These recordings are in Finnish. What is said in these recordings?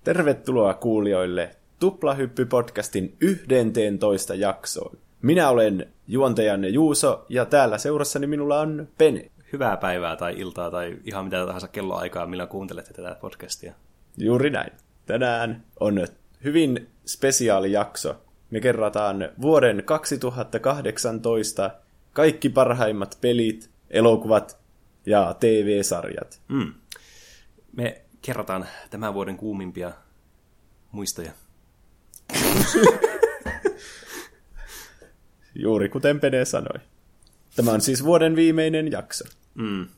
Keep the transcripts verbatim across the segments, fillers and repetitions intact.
Tervetuloa kuulijoille Tuplahyppy-podcastin yhdenteentoista jaksoon. Minä olen juontajanne Juuso, ja täällä seurassani minulla on Pene. Hyvää päivää tai iltaa tai ihan mitä tahansa kelloaikaa, millä kuuntelette tätä podcastia. Juuri näin. Tänään on hyvin spesiaali jakso. Me kerrataan vuoden kaksituhattakahdeksantoista kaikki parhaimmat pelit, elokuvat ja T V-sarjat. Mm. Me kerrataan tämän vuoden kuumimpia muistoja. Juuri kuten Pene sanoi. Tämä on siis vuoden viimeinen jakso. Mm.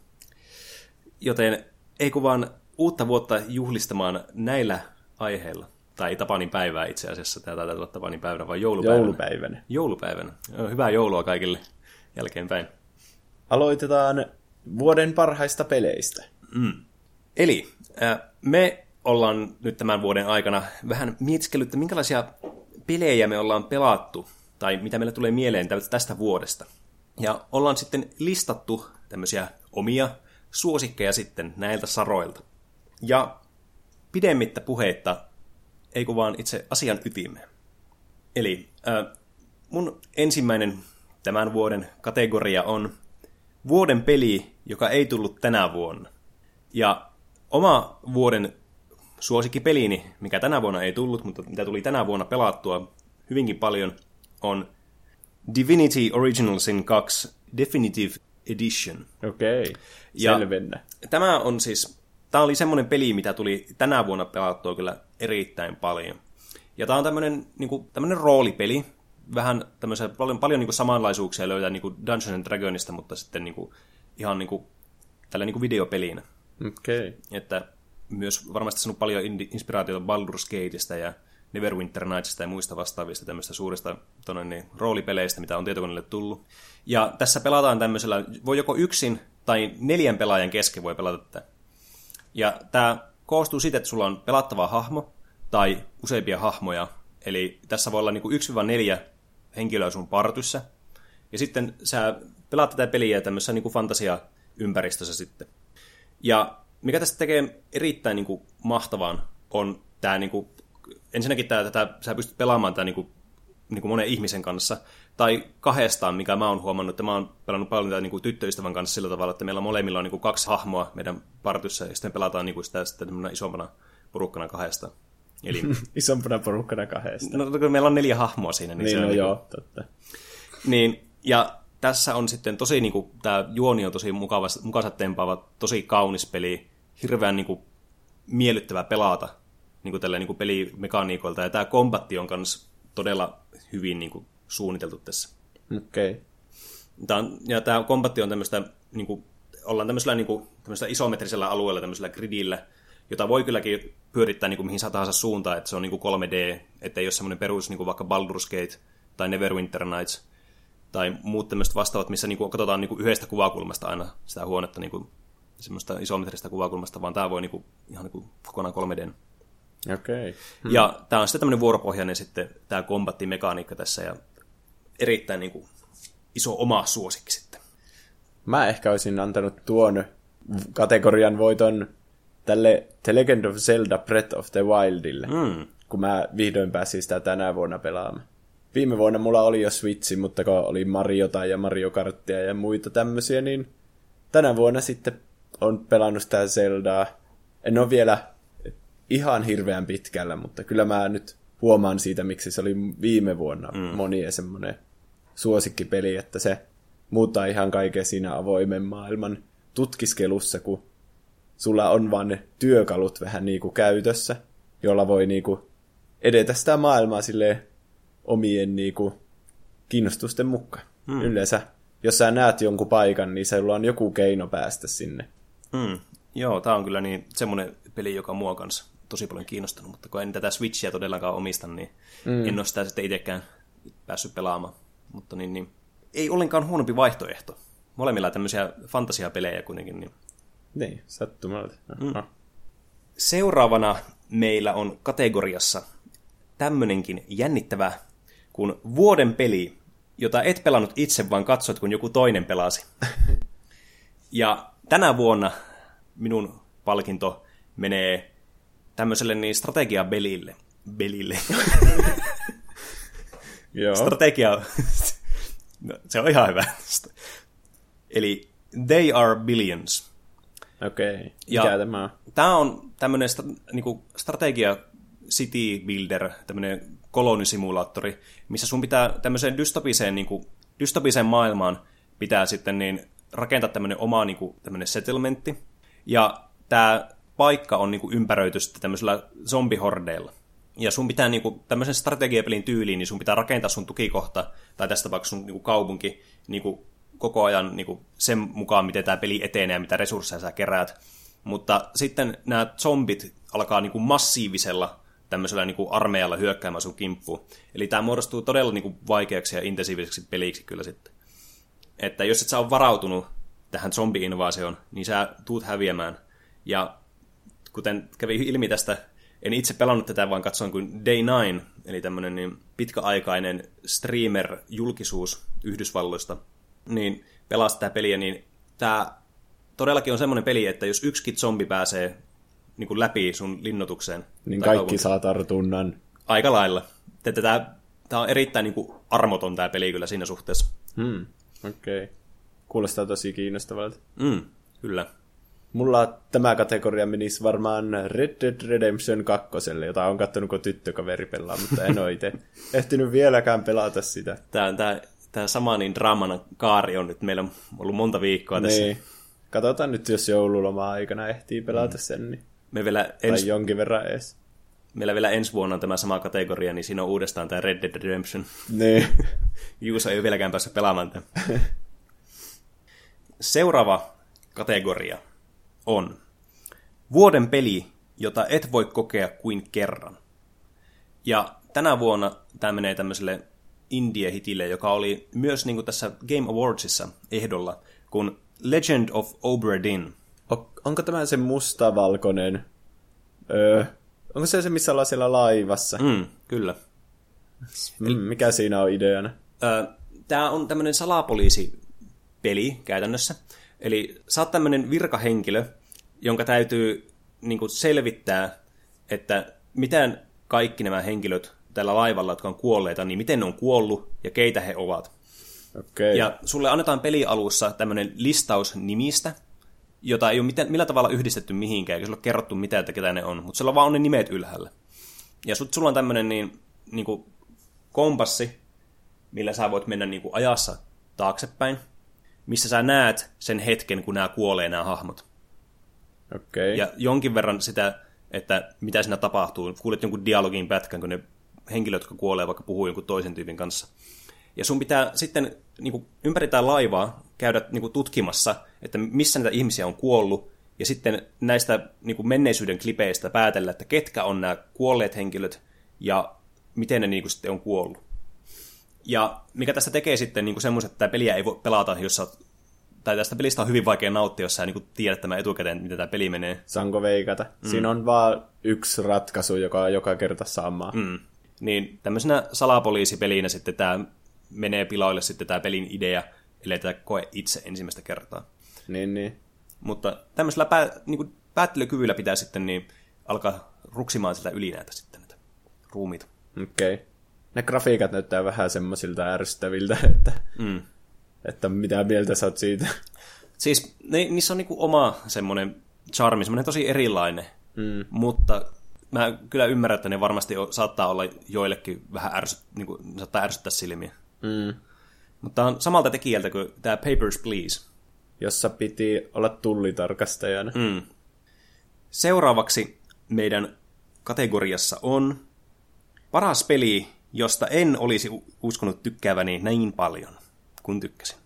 Joten ei kun vaan uutta vuotta juhlistamaan näillä aiheilla. Tai Tapanin päivää itse asiassa. Tämä taitaa olla Tapanin päivänä vai joulupäivänä? Joulupäivänä. Joulupäivänä. Hyvää joulua kaikille jälkeenpäin. Aloitetaan vuoden parhaista peleistä. Mm. Eli äh, me ollaan nyt tämän vuoden aikana vähän mietiskellyt, että minkälaisia pelejä me ollaan pelattu, tai mitä meille tulee mieleen tästä vuodesta. Ja ollaan sitten listattu tämmöisiä omia suosikkeja sitten näiltä saroilta. Ja pidemmittä puheitta, ei kun vaan itse asian ytimeen. Eli äh, mun ensimmäinen tämän vuoden kategoria on vuoden peli, joka ei tullut tänä vuonna. Ja oma vuoden suosikkipeliini, mikä tänä vuonna ei tullut, mutta mitä tuli tänä vuonna pelattua hyvinkin paljon, on Divinity Original Sin kaksi Definitive Edition. Okei, okay. Selvennä. Tämä on siis, tämä oli semmoinen peli, mitä tuli tänä vuonna pelattua kyllä erittäin paljon. Ja tämä on tämmöinen, niin kuin, tämmöinen roolipeli, vähän tämmöisiä paljon, paljon niin kuin samanlaisuuksia löytää niin kuin Dungeons and Dragonista, mutta sitten niin kuin, ihan niin kuin, tällä niin kuin videopelinä. Okei. Okay. Että myös varmasti saanut paljon inspiraatiota Baldur's Gateista ja Neverwinter Nightsista ja muista vastaavista tämmöistä suurista tonne, niin, roolipeleistä, mitä on tietokoneelle tullut. Ja tässä pelataan tämmöisellä, voi joko yksin tai neljän pelaajan kesken voi pelata tätä. Ja tämä koostuu siitä, että sulla on pelattava hahmo tai useampia hahmoja. Eli tässä voi olla niinku yksi neljä henkilöä sun partyssä. Ja sitten sä pelaat tätä peliä tämmöisessä niinku fantasia-ympäristössä sitten. Ja mikä tästä tekee erittäin niinku mahtavan on tämä, niinku, ensinnäkin tää, tätä, sä pystyt pelaamaan tätä niinku, niinku monen ihmisen kanssa, tai kahdestaan, mikä mä oon huomannut, että mä oon pelannut paljon tätä niinku tyttöystävän kanssa sillä tavalla, että meillä molemmilla on niinku kaksi hahmoa meidän partyssa, ja sitten pelataan niinku sitä sitten isompana porukkana kahdestaan. Eli, isompana porukkana kahdestaan. No, kun meillä on neljä hahmoa siinä. Niin, niin se no on joo, niinku, totta. Niin, ja tässä on sitten tosi, niinku, tämä juoni on tosi mukaansa tempaava, tosi kaunis peli, hirveän niinku, miellyttävä pelata niinku, tällä niinku, pelimekaniikoilta, ja tämä kombatti on myös todella hyvin niinku, suunniteltu tässä. Okei. Okay. Ja tämä kombatti on tämmöistä, niinku, ollaan tämmöisellä niinku, isometrisellä alueella, tämmöisellä gridillä, jota voi kylläkin pyörittää niinku, mihin tahansa suuntaan, että se on niinku kolme D, ettei ole semmoinen perus niinku, vaikka Baldur's Gate tai Neverwinter Nights tai muut tämmöiset vastaavat, missä niinku, katsotaan niinku, yhdestä kuvakulmasta aina sitä huonetta, niinku, semmoista isometristä kuvakulmasta, vaan tämä voi niinku, ihan niinku, kokonaan kolme D. Okei. Hmm. Ja tämä on sitten tämmöinen vuoropohjainen sitten, tämä kombattimekaniikka tässä, ja erittäin niinku, iso oma suosikki sitten. Mä ehkä olisin antanut tuon kategorian voiton tälle The Legend of Zelda Breath of the Wildille, mm. kun mä vihdoin pääsin sitä tänä vuonna pelaamaan. Viime vuonna mulla oli jo Switchi, mutta kun oli Mariota ja Mario Karttia ja muita tämmöisiä, niin tänä vuonna sitten on pelannut sitä Zeldaa. En ole vielä ihan hirveän pitkällä, mutta kyllä mä nyt huomaan siitä, miksi se oli viime vuonna mm. monia semmoinen suosikkipeli, että se muuttaa ihan kaiken siinä avoimen maailman tutkiskelussa, kun sulla on vaan ne työkalut vähän niinku käytössä, jolla voi niinku edetä sitä maailmaa silleen omien niinku kiinnostusten mukaan. Hmm. Yleensä, jos sä näet jonkun paikan, niin sulla on joku keino päästä sinne. Hmm. Joo, tää on kyllä niin semmoinen peli, joka mua kanssa tosi paljon kiinnostanut, mutta kun en tätä Switchiä todellakaan omista, niin hmm. en ole sitä sitten itsekään päässyt pelaamaan. Mutta niin, niin, ei ollenkaan huonompi vaihtoehto. Molemmilla tämmöisiä fantasiapelejä kuitenkin, niin niin, sattumalta. Mm. Seuraavana meillä on kategoriassa tämmönenkin jännittävä kuin vuoden peli, jota et pelannut itse, vaan katsoit, kun joku toinen pelasi. Ja tänä vuonna minun palkinto menee tämmöiselle niin strategiabelille. Belille. Joo. Strategia. No, se on ihan hyvä. Eli They Are Billions. Okei. Okay. Mikä tämä on? Tämä on tämmöinen niinku strategia city builder, tämmöinen kolonisimulaattori, missä sun pitää tämmöiseen dystopiseen, niinku, dystopiseen maailmaan pitää sitten niin rakentaa tämmöinen oma niinku, tämmöinen settlementti. Ja tämä paikka on niinku ympäröity sitten tämmöisellä zombihordeilla. Ja sun pitää niinku, tämmöisen strategiapelin tyyliin, niin sun pitää rakentaa sun tukikohta, tai tästä vaikka sun niinku, kaupunki, niinku, koko ajan niinku, sen mukaan, miten tämä peli etenee ja mitä resursseja sä keräät. Mutta sitten nämä zombit alkaa niinku, massiivisella tämmöisellä niinku, armeijalla hyökkäämään sun kimppuun. Eli tämä muodostuu todella niinku, vaikeaksi ja intensiiviseksi peliksi kyllä sitten. Että jos et sä ole varautunut tähän zombi-invaasioon, niin sä tuut häviämään. Ja kuten kävi ilmi tästä, en itse pelannut tätä, vaan katsoin kuin Day nine, eli tämmöinen niin pitkäaikainen streamer-julkisuus Yhdysvalloista, niin pelasi tätä peliä, niin tämä todellakin on semmoinen peli, että jos yksikin zombi pääsee niin kuin läpi sun linnoitukseen... Niin kaikki kaupunki, saa tartunnan. Aika lailla. Tämä, tämä on erittäin niin kuin armoton tämä peli kyllä siinä suhteessa. Hmm, okei. Okay. Kuulostaa tosi kiinnostavalta. Mm, kyllä. Mulla tämä kategoria menisi varmaan Red Dead Redemption kaksi, jota on katsonut, kun tyttökaveri pelaa, mutta en ole itse ehtinyt vieläkään pelata sitä. Tämä, tämä, tämä sama niin draaman kaari on nyt meillä ollut monta viikkoa tässä. Niin. Katsotaan nyt, jos joululomaa aikana ehtii pelata mm. sen, niin... Me vielä tai ens... jonkin verran edes. Meillä vielä ensi vuonna on tämä sama kategoria, niin siinä on uudestaan tämä Red Dead Redemption. Niin. Juuso ei ole vieläkään päässyt pelaamaan tämän. Seuraava kategoria on vuoden peli, jota et voi kokea kuin kerran. Ja tänä vuonna tämä menee tämmöiselle indie-hitille, joka oli myös niin kuin tässä Game Awardsissa ehdolla, kun Legend of Obra Dinn. Onko tämä se mustavalkoinen? Öö, onko se se, missä ollaan siellä laivassa? Mm, kyllä. Mm, mikä siinä on ideana? Öö, tämä on tämmöinen salapoliisipeli käytännössä. Eli sä oot tämmöinen virkahenkilö, jonka täytyy niin kuin selvittää, että miten kaikki nämä henkilöt tällä laivalla, jotka on kuolleita, niin miten ne on kuollut ja keitä he ovat. Okay. Ja sulle annetaan pelialussa tämmöinen listaus nimistä, jota ei ole mitään, millä tavalla yhdistetty mihinkään, eikä sulle ole kerrottu mitään, että ketä ne on, mutta sulla vaan on ne nimet ylhäällä. Ja sut, sulla on tämmöinen niin, niin kuin kompassi, millä sä voit mennä niin kuin ajassa taaksepäin, missä sä näet sen hetken, kun nämä kuolee nämä hahmot. Okay. Ja jonkin verran sitä, että mitä siinä tapahtuu. Kuulet jonkun dialogin pätkän, kun ne henkilöt, jotka kuolee, vaikka puhuu jonkun toisen tyypin kanssa. Ja sun pitää sitten niin kuin ympäri tää laivaa käydä niin kuin tutkimassa, että missä näitä ihmisiä on kuollut, ja sitten näistä niin kuin menneisyyden klipeistä päätellä, että ketkä on nämä kuolleet henkilöt, ja miten ne niin kuin sitten on kuollut. Ja mikä tästä tekee sitten niin kuin semmoisen, että tämä peliä ei voi pelata, jos sä oot, tai tästä pelistä on hyvin vaikea nauttia, jos sä niin kuin tiedät tämän etukäteen, miten tämä peli menee. Saanko veikata? Mm. Siinä on vaan yksi ratkaisu, joka on joka kerta sama. Mm. Niin tämmöisenä salapoliisipelinä sitten tämä menee piloille sitten tämä pelin idea, ellei tätä koe itse ensimmäistä kertaa. Niin, niin. Mutta tämmöisellä pää, niin kuin päättelykyvyllä pitää sitten niin alkaa ruksimaan sitä yli näitä sitten näitä ruumiita. Okei. Okay. Ne grafiikat näyttää vähän semmoisilta ärsyttäviltä, että, mm. että mitä mieltä sä oot siitä. Siis ne, niissä on niinku oma semmoinen charmi, semmoinen tosi erilainen, mm. mutta mä kyllä ymmärrän, että ne varmasti saattaa olla joillekin vähän ärsyt, niinku, saattaa ärsyttää silmiä. Mm. Mutta on samalta tekijältä kuin tämä Papers, Please. Jossa piti olla tullitarkastajana. Mm. Seuraavaksi meidän kategoriassa on paras peli, josta en olisi uskonut tykkääväni näin paljon, kun tykkäsin.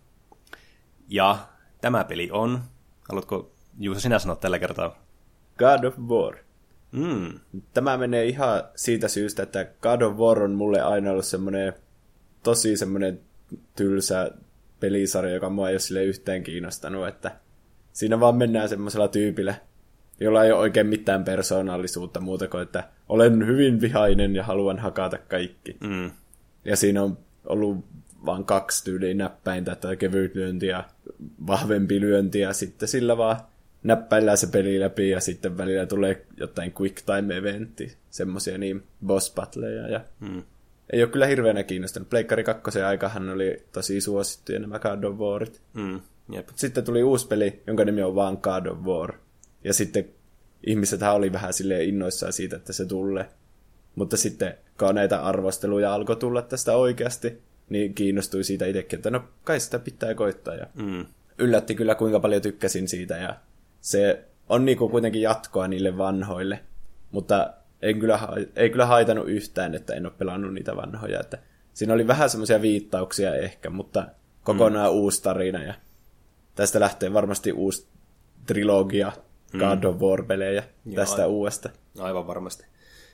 Ja tämä peli on, haluatko Juuso sinä sanoa tällä kertaa? God of War. Mm. Tämä menee ihan siitä syystä, että God of War on mulle aina ollut semmoinen tosi semmoinen tylsä pelisarja, joka mua ei ole sille yhtään kiinnostanut, että siinä vaan mennään semmoisella tyypillä, jolla ei ole oikein mitään persoonallisuutta muuta kuin, että olen hyvin vihainen ja haluan hakata kaikki. Mm. Ja siinä on ollut vain kaksi tyyliä näppäintä, että kevyt lyönti ja vahvempi lyönti, ja sitten sillä vaan näppäillään se peli läpi ja sitten välillä tulee jotain quick time eventti, semmosia niin boss battleja ja hmm. ei ole kyllä hirveänä kiinnostunut. Pleikkari kakkosen aikahan oli tosi suosittuja nämä God of Warit. Hmm. Jep. Sitten tuli uusi peli, jonka nimi on vaan God of War. Ja sitten ihmisethän oli vähän silleen innoissaan siitä, että se tulee. Mutta sitten, kun näitä arvosteluja alkoi tulla tästä oikeasti, niin kiinnostui siitä itsekin, että no kai sitä pitää koittaa. Ja mm. yllätti kyllä, kuinka paljon tykkäsin siitä. Ja se on niinku kuitenkin jatkoa niille vanhoille. Mutta en kyllä, ei kyllä haitanut yhtään, että en ole pelannut niitä vanhoja. Että siinä oli vähän semmoisia viittauksia ehkä, mutta kokonaan mm. uusi tarina. Ja tästä lähtee varmasti uusi trilogia God of War-pelejä mm. tästä aivan, uudesta. Aivan varmasti.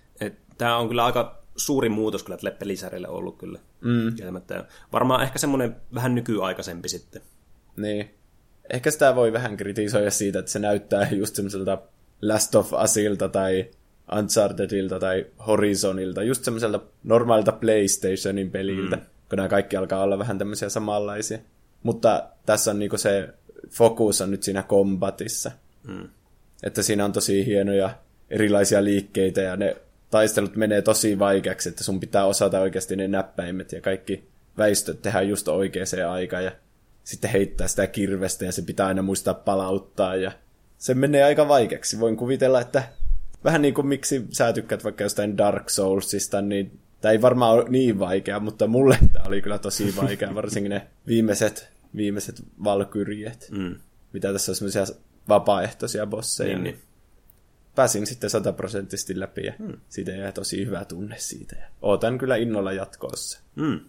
Tämä on kyllä aika suuri muutos kyllä tälle pelisarjalle ollut kyllä. Mm. Varmaan ehkä semmoinen vähän nykyaikaisempi sitten. Niin. Ehkä sitä voi vähän kritisoida siitä, että se näyttää just semmoiselta Last of Usilta tai Unchartedilta tai Horizonilta, just semmoiselta normaalilta PlayStationin peliltä, mm. kun nämä kaikki alkaa olla vähän tämmöisiä samanlaisia. Mutta tässä on niinku se fokus on nyt siinä kombatissa. Mm. Että siinä on tosi hienoja erilaisia liikkeitä ja ne taistelut menee tosi vaikeaksi, että sun pitää osata oikeasti ne näppäimet ja kaikki väistöt tehdä just oikeaan aikaan ja sitten heittää sitä kirvestä ja se pitää aina muistaa palauttaa ja se menee aika vaikeaksi. Voin kuvitella, että vähän niin kuin miksi sä tykkäät vaikka jostain Dark Soulsista, niin tämä ei varmaan ole niin vaikea, mutta mulle tämä oli kyllä tosi vaikea, varsinkin ne viimeiset, viimeiset valkyrjet, mm. mitä tässä on semmoisia vapaaehtoisia bosseja. Niin, niin. Pääsin sitten sataprosenttisesti läpi ja hmm. siitä jäi tosi hyvä tunne siitä. Ja ootan kyllä innolla jatkoossa. Hmm.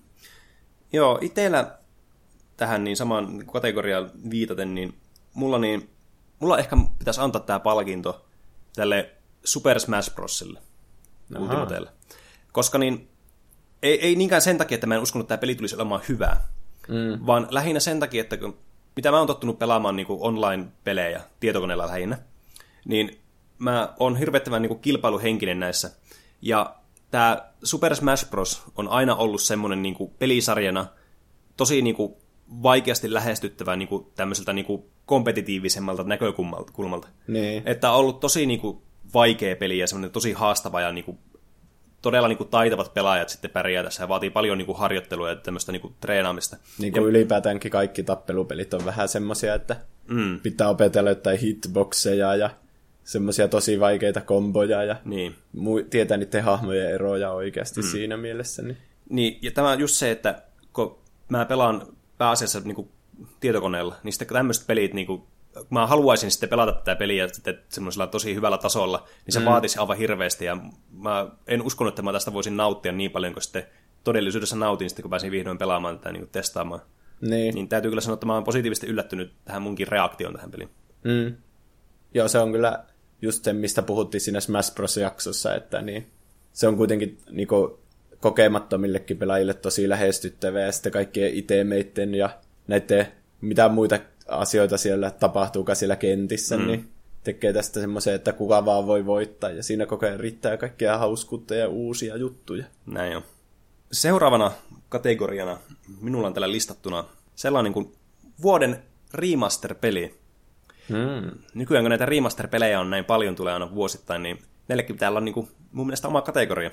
Joo, itsellä tähän niin samaan kategoriaan viitaten, niin mulla, niin mulla ehkä pitäisi antaa tämä palkinto tälle Super Smash Brosille Ultimateelle. Koska niin, ei, ei niinkään sen takia, että mä en uskonut, että tämä peli tulisi olemaan hyvää, hmm. vaan lähinnä sen takia, että kun, mitä mä oon tottunut pelaamaan niin kuin online-pelejä tietokoneella lähinnä, niin mä oon hirvettävän niin kuin kilpailuhenkinen näissä. Ja tää Super Smash Bros. On aina ollut semmonen niin kuin pelisarjana tosi niin kuin vaikeasti lähestyttävä niin kuin tämmöiseltä niin kuin kompetitiivisemmalta näkökulmalta. Niin. Että on ollut tosi niin kuin vaikea peli ja semmoinen tosi haastava ja niin kuin todella niin kuin taitavat pelaajat sitten pärjää tässä ja vaatii paljon niin kuin harjoittelua ja tämmöistä niin kuin treenaamista. Niin kuin ja ylipäätäänkin kaikki tappelupelit on vähän semmoisia, että mm. pitää opetella jotain hitboxeja ja semmoisia tosi vaikeita komboja ja niin. mu- tietää niiden hahmojen eroja oikeasti mm. siinä mielessä. Niin. niin, ja tämä on just se, että kun mä pelaan pääasiassa niin kuin tietokoneella, niin sitten tämmöiset pelit, niin kuin, mä haluaisin sitten pelata tätä peliä sitten semmoisella tosi hyvällä tasolla, niin se mm. vaatisi aivan hirveästi, ja mä en uskonut, että mä tästä voisin nauttia niin paljon, kun sitten todellisuudessa nautin sitten, kun pääsin vihdoin pelaamaan tätä niin kuin testaamaan. Niin. niin täytyy kyllä sanoa, että mä oon positiivisesti yllättynyt tähän munkin reaktioon tähän peliin. Mm. Joo, se on kyllä just se, mistä puhuttiin siinä Smash Bros-jaksossa, että niin, se on kuitenkin niinku kokemattomillekin pelaajille tosi lähestyttävää, ja sitten kaikkien itemeitten ja näiden, mitä muita asioita siellä tapahtuukaan siellä kentissä, mm. niin tekee tästä semmoisen, että kuka vaan voi voittaa, ja siinä koko ajan riittää kaikkia hauskuutta ja uusia juttuja. Näin on. Seuraavana kategoriana minulla on täällä listattuna sellainen kuin vuoden remaster-peli. Hmm. Nykyään kun näitä remaster-pelejä on näin paljon, tulee aina vuosittain, niin neillekin pitää olla niin kuin, mun mielestä oma kategoria.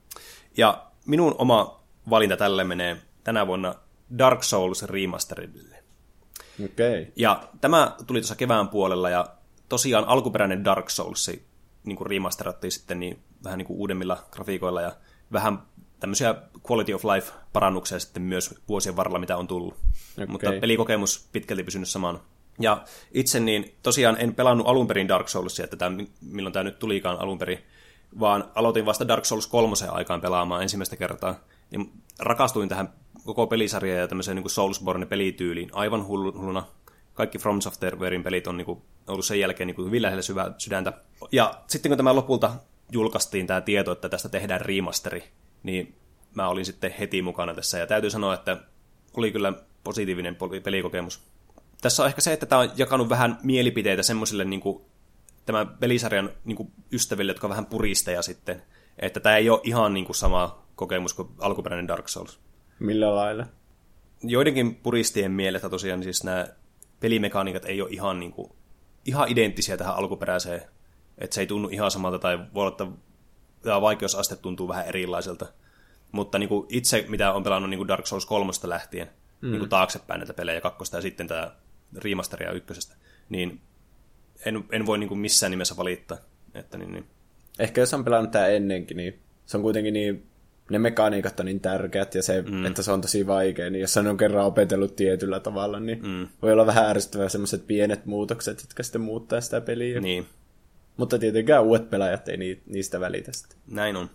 Ja minun oma valinta tälle menee tänä vuonna Dark Souls Remasteredille. Okay. Ja tämä tuli tuossa kevään puolella, ja tosiaan alkuperäinen Dark Souls niin kuin remasterattiin sitten niin, vähän niin kuin uudemmilla grafiikoilla, ja vähän tämmöisiä quality of life-parannuksia sitten myös vuosien varrella, mitä on tullut. Okay. Mutta pelikokemus pitkälti pysynyt samana. Ja itse niin tosiaan en pelannut alun perin Dark Soulsia, että tämä, milloin tämä nyt tulikaan alun perin, vaan aloitin vasta Dark Souls kolmosen aikaan pelaamaan ensimmäistä kertaa. Ja rakastuin tähän koko pelisarjaan ja tämmöiseen niin kuin Soulsborne-pelityyliin aivan hulluna. Kaikki From Softwarein pelit on niin kuin ollut sen jälkeen niin kuin hyvin lähellä syvää sydäntä. Ja sitten kun tämä lopulta julkaistiin tämä tieto, että tästä tehdään remasteri, niin mä olin sitten heti mukana tässä. Ja täytyy sanoa, että oli kyllä positiivinen pelikokemus. Tässä on ehkä se, että tämä on jakanut vähän mielipiteitä semmoisille niin kuin, tämän pelisarjan niin kuin, ystäville, jotka on vähän puristeja sitten. Että tämä ei ole ihan niin kuin, sama kokemus kuin alkuperäinen Dark Souls. Millä lailla? Joidenkin puristien mielestä tosiaan siis nämä pelimekaniikat ei ole ihan, niin kuin, ihan identtisiä tähän alkuperäiseen, että se ei tunnu ihan samalta, tai voi olla, että tämä vaikeusaste tuntuu vähän erilaiselta. Mutta niin kuin itse, mitä on pelannut niin kuin Dark Souls kolme lähtien, mm. niin kuin taaksepäin näitä pelejä, kakkosta ja sitten tämä remasteria ykkösestä, niin en, en voi niin kuin missään nimessä valittaa. Että niin, niin. Ehkä jos on pelannut tämä ennenkin, niin se on kuitenkin niin, ne mekaniikat on niin tärkeät, ja se, mm. että se on tosi vaikea, niin jos on kerran opetellut tietyllä tavalla, niin mm. voi olla vähän ärsyttävää semmoiset pienet muutokset, jotka sitten muuttaa sitä peliä. Niin. Mutta tietenkään uudet pelaajat ei niistä välitä sitten. Näin on.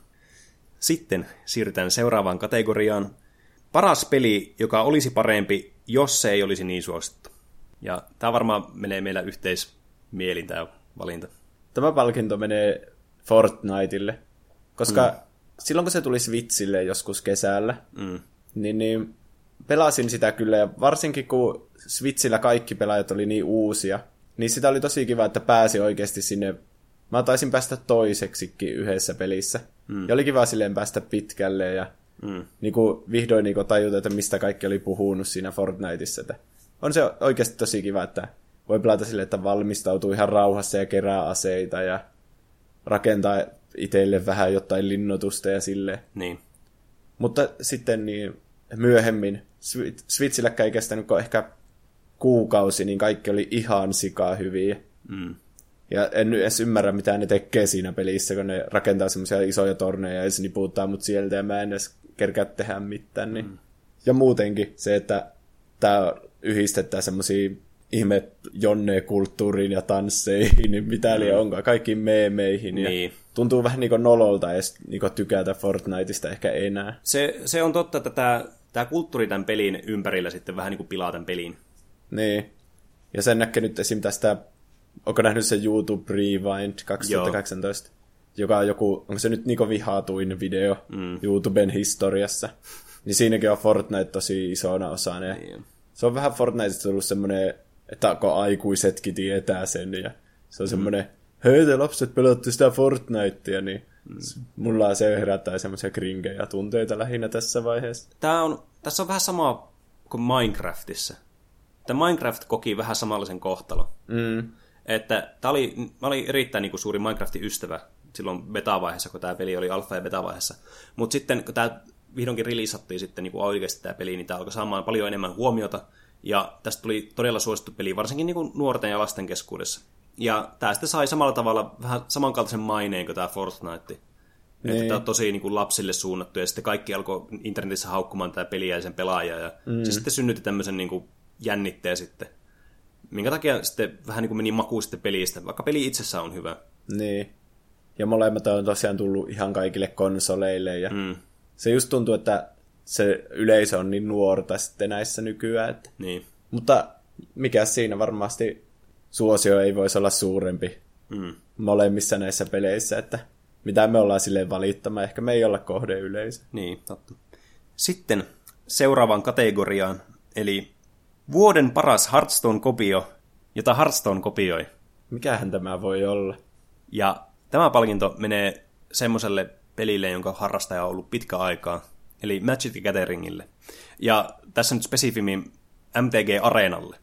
Sitten siirrytään seuraavaan kategoriaan. Paras peli, joka olisi parempi, jos se ei olisi niin suosittu. Ja tämä varmaan menee meillä yhteismielin tämä valinta. Tämä palkinto menee Fortniteille, koska mm. silloin kun se tuli Switchille joskus kesällä, mm. niin, niin pelasin sitä kyllä, ja varsinkin kun Switchillä kaikki pelaajat oli niin uusia, niin sitä oli tosi kiva, että pääsi oikeasti sinne. Mä taisin päästä toiseksikin yhdessä pelissä. Mm. Ja oli kiva silleen päästä pitkälle ja mm. niin kuin vihdoin niin kuin tajuta, että mistä kaikki oli puhunut siinä Fortniteissa. Että on se oikeasti tosi kiva, että voi pelata silleen, että valmistautuu ihan rauhassa ja kerää aseita ja rakentaa itselle vähän jotain linnoitusta ja silleen. Niin. Mutta sitten niin myöhemmin, Switchilläkään ei kestänyt ehkä kuukausi, niin kaikki oli ihan sikaa hyviä. Mm. Ja en nyt edes ymmärrä, mitä ne tekee siinä pelissä, kun ne rakentaa semmoisia isoja torneja ja se niputtaa mut sieltä ja mä en edes kerkeä tehdä mitään. Niin. Mm. Ja muutenkin se, että tää yhdistetään semmosia ihme jonne-kulttuuriin ja tansseihin, niin mitä mm. onkaan, kaikkiin meemeihin. Niin. Ja tuntuu vähän niinku nololta edes niinku tykätä Fortniteista ehkä enää. Se, se on totta, että tää, tää kulttuuri tämän pelin ympärillä sitten vähän niinku pilaa tämän pelin. Niin. Ja sen näkee nyt esim. Tästä, onko nähnyt se YouTube Rewind kaksituhattakahdeksantoista, Joo. joka on joku, onko se nyt niinku vihaatuin video mm. YouTuben historiassa. Niin siinäkin on Fortnite tosi isona osana. Ja niin. Se on vähän Fortniteista tullut semmoinen, että kun aikuisetkin tietää sen. Ja se on mm. semmoinen, hei te lapset pelaatte sitä Fortnitea, niin mm. mulla se herättää semmoisia kringejä tunteita lähinnä tässä vaiheessa. Tää on, tässä on vähän sama kuin Minecraftissa. Tämä Minecraft koki vähän samanlaisen kohtalon. Mm. Että tää oli, mä olin erittäin niin kuin suuri Minecraftin ystävä silloin beta-vaiheessa, kun tämä peli oli alfa- ja beta-vaiheessa. Mutta sitten, kun tämä vihdoinkin releasattiin sitten niin kuin oikeasti tämä peli, niin tämä alkoi saamaan paljon enemmän huomiota. Ja tästä tuli todella suosittu peli, varsinkin niin kuin nuorten ja lasten keskuudessa. Ja tämä sitten sai samalla tavalla vähän samankaltaisen maineen kuin tämä Fortnite. Niin. Että tämä on tosi niin kuin lapsille suunnattu, ja sitten kaikki alkoi internetissä haukkumaan tämä peliä ja sen pelaajaa. Ja mm. se sitten synnytti tämmöisen niin kuin jännitteen sitten. Minkä takia sitten vähän niin kuin meni makuun sitten pelistä, vaikka peli itsessään on hyvä. Niin. Ja molemmat on tosiaan tullut ihan kaikille konsoleille. Ja mm. se just tuntuu, että se yleisö on niin nuorta sitten näissä nykyään. Että. Niin. Mutta mikä siinä varmasti suosio ei voisi olla suurempi mm. molemmissa näissä peleissä, että mitä me ollaan silleen valittamaan. Ehkä me ei olla kohdeyleisö. Niin, totta. Sitten seuraavaan kategoriaan, eli vuoden paras Hearthstone-kopio, jota Hearthstone kopioi. Mikähän tämä voi olla? Ja tämä palkinto menee semmoiselle pelille, jonka harrastaja on ollut pitkä aikaa, eli Magic the Gatheringille. Ja tässä nyt spesifimmin M T G-areenalle.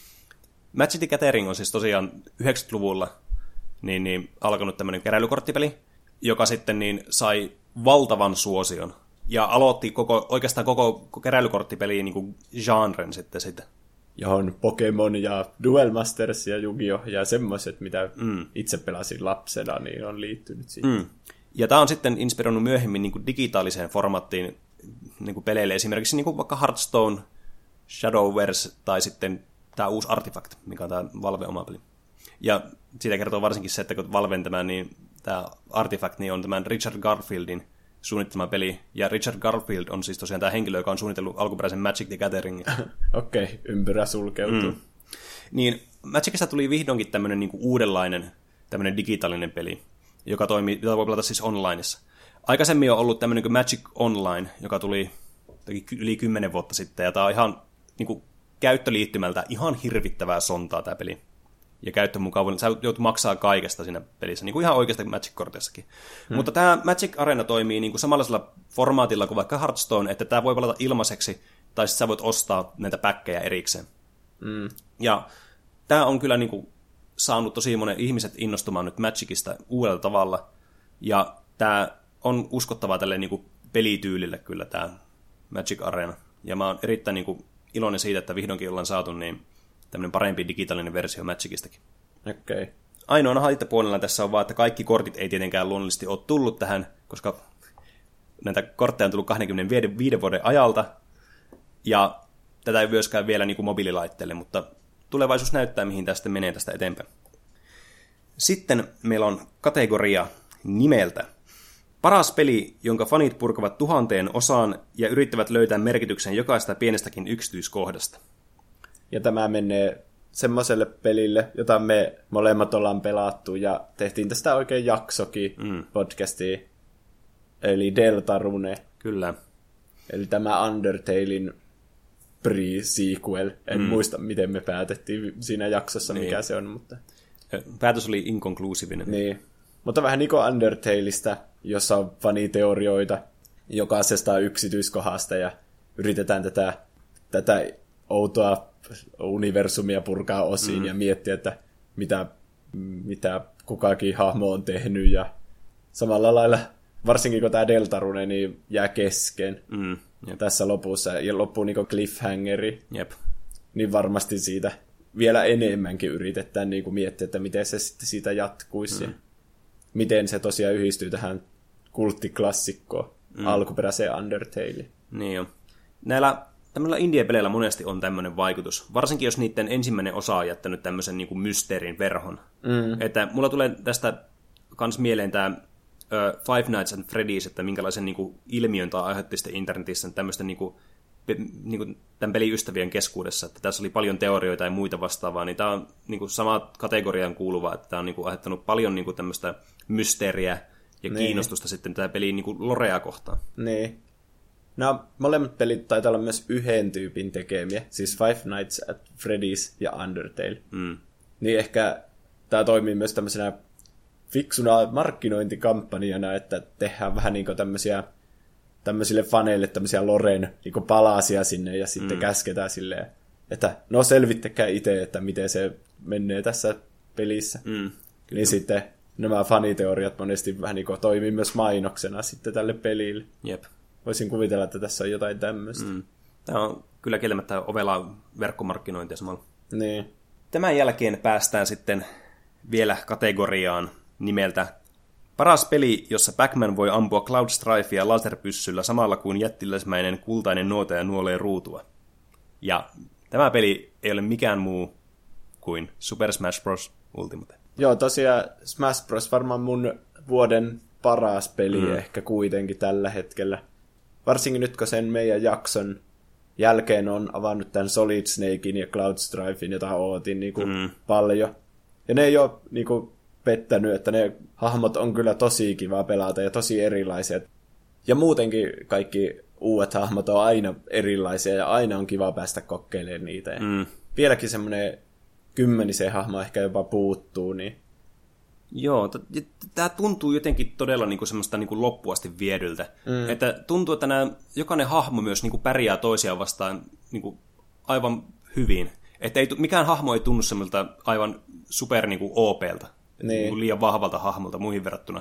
Magic the Gathering on siis tosiaan yhdeksänkymmentäluvulla niin, niin, alkanut tämmöinen keräilykorttipeli, joka sitten niin, sai valtavan suosion. Ja aloitti koko, oikeastaan koko keräilykorttipeliin niin kuin genren sitten sitä. Johon Pokemon ja Duel Masters ja Yu-Gi-Oh! Ja semmoiset, mitä mm. itse pelasin lapsena, niin on liittynyt siihen. Mm. Ja tämä on sitten inspiroinut myöhemmin niin kuin digitaaliseen formaattiin niin kuin peleille. Esimerkiksi niin kuin vaikka Hearthstone, Shadowverse tai sitten tämä uusi Artifact, mikä on tämä Valve oma peli. Ja siitä kertoo varsinkin se, että kun Valven tämä, niin tämä Artifact niin on tämän Richard Garfieldin suunnittama peli. Ja Richard Garfield on siis tosiaan tämä henkilö, joka on suunnitellut alkuperäisen Magic the Gatheringin. Okei, okay, ympyrä sulkeutuu. Mm. Niin Magicista tuli vihdoinkin tämmöinen niinku uudenlainen tämmöinen digitaalinen peli, joka toimii, jota voi pelata siis onlineissa. Aikaisemmin on ollut tämmöinen kuin Magic Online, joka tuli yli kymmenen vuotta sitten, ja tämä on ihan niinku käyttöliittymältä ihan hirvittävää sontaa tämä peli. Ja käyttömukavuuden, sä joutut maksaa kaikesta siinä pelissä, niin kuin ihan oikeasta Magic-kortissakin. Hmm. Mutta tämä Magic Arena toimii niin kuin samanlaisella formaatilla kuin vaikka Hearthstone, että tämä voi pelata ilmaiseksi, tai sitten sä voit ostaa näitä päkkejä erikseen. Hmm. Ja tämä on kyllä niin kuin saanut tosi monen ihmiset innostumaan nyt Magicista uudella tavalla, ja tämä on uskottavaa tälle niin kuin pelityylille kyllä tämä Magic Arena, ja mä oon erittäin niin kuin iloinen siitä, että vihdoinkin ollaan saatu niin tämmöinen parempi digitaalinen versio Magicistakin. Okei. Okay. Ainoana haittapuolella tässä on vaan, että kaikki kortit ei tietenkään luonnollisesti ole tullut tähän, koska näitä kortteja on tullut kaksikymmentäviisi vuoden ajalta, ja tätä ei myöskään vielä niin kuin mobiililaitteelle, mutta tulevaisuus näyttää, mihin tästä menee tästä eteenpäin. Sitten meillä on kategoria nimeltä. Paras peli, jonka fanit purkavat tuhanteen osaan ja yrittävät löytää merkityksen jokaista pienestäkin yksityiskohdasta. Ja tämä menee semmoiselle pelille, jota me molemmat ollaan pelattu, ja tehtiin tästä oikein jaksokin mm. podcastiin, eli Deltarune. Kyllä. Eli tämä Undertalein pre-sequel. En mm. muista, miten me päätettiin siinä jaksossa, niin. mikä se on, mutta... Päätös oli inkonkluusivinen. Niin, mutta vähän niin kuin Undertaleista, jossa on faniteorioita jokaisesta yksityiskohdasta, ja yritetään tätä, tätä outoa universumia purkaa osiin mm. ja miettiä, että mitä, mitä kukakin hahmo on tehnyt, ja samalla lailla, varsinkin kun tämä Deltarune niin jää kesken mm. tässä lopussa, ja loppuu niin kuin cliffhangeri, Jep. niin varmasti siitä vielä enemmänkin yritetään niin kuin miettiä, että miten se sitten siitä jatkuisi, mm. miten se tosiaan yhdistyy tähän kulttiklassikkoon, mm. alkuperäiseen Undertale. Niin jo. Näillä tämmöillä indie-peleillä monesti on tämmöinen vaikutus, varsinkin jos niiden ensimmäinen osa on jättänyt tämmöisen niin kuin mysteerin verhon. Mm. Että mulla tulee tästä kans mieleen tämä uh, Five Nights at Freddy's, että minkälaisen niin kuin ilmiön tai aiheutti sitten internetissä tämmöisten niin kuin, pe, niin kuin tämän pelin ystävien keskuudessa, että tässä oli paljon teorioita ja muita vastaavaa, niin tämä on niin kuin sama kategoriaan kuuluva, että tämä on niin kuin aiheuttanut paljon niin kuin tämmöistä mysteeriä ja niin. kiinnostusta sitten tätä peliin niin kuin lorea kohtaan. Niin. Nämä molemmat pelit taitaa olla myös yhden tyypin tekemiä, siis Five Nights at Freddy's ja Undertale. Mm. Niin ehkä tämä toimii myös tämmöisenä fiksuna markkinointikampanjana, että tehdään vähän niin kuin tämmöisiä, tämmöisille faneille tämmöisiä Loren niin palasia sinne ja sitten mm. käsketään silleen, että no selvittäkää itse, että miten se menee tässä pelissä. Mm, niin sitten nämä faniteoriat monesti vähän niin kuin toimii myös mainoksena sitten tälle pelille. Jep. Voisin kuvitella, että tässä on jotain tämmöistä. Mm. Tämä on kyllä kieltämättä ovela verkkomarkkinointia samalla. Niin. Tämän jälkeen päästään sitten vielä kategoriaan nimeltä paras peli, jossa Pac-Man voi ampua Cloud Strifea laserpyssyllä samalla kuin jättiläismäinen kultainen nuotaja nuolee ruutua. Ja tämä peli ei ole mikään muu kuin Super Smash Bros. Ultimate. Joo, tosiaan Smash Bros. Varmaan mun vuoden paras peli mm. ehkä kuitenkin tällä hetkellä. Varsinkin nyt, kun sen meidän jakson jälkeen on avannut tämän Solid Snakein ja Cloud Strifein, jota ootin niin kuin mm. paljon. Ja ne ei ole niin kuin pettänyt, että ne hahmot on kyllä tosi kiva pelata ja tosi erilaisia. Ja muutenkin kaikki uudet hahmot on aina erilaisia ja aina on kiva päästä kokeilemaan niitä. Ja mm. vieläkin semmoinen kymmenisen hahmo ehkä jopa puuttuu, niin joo, tämä tuntuu jotenkin todella niinku semmoista niinku loppuasti viedyltä. Mm. Että tuntuu, että nämä, jokainen hahmo myös niinku pärjää toisiaan vastaan niinku aivan hyvin. Että ei, mikään hahmo ei tunnu semmoilta aivan super niinku O P:ltä, niin. niinku liian vahvalta hahmolta muihin verrattuna.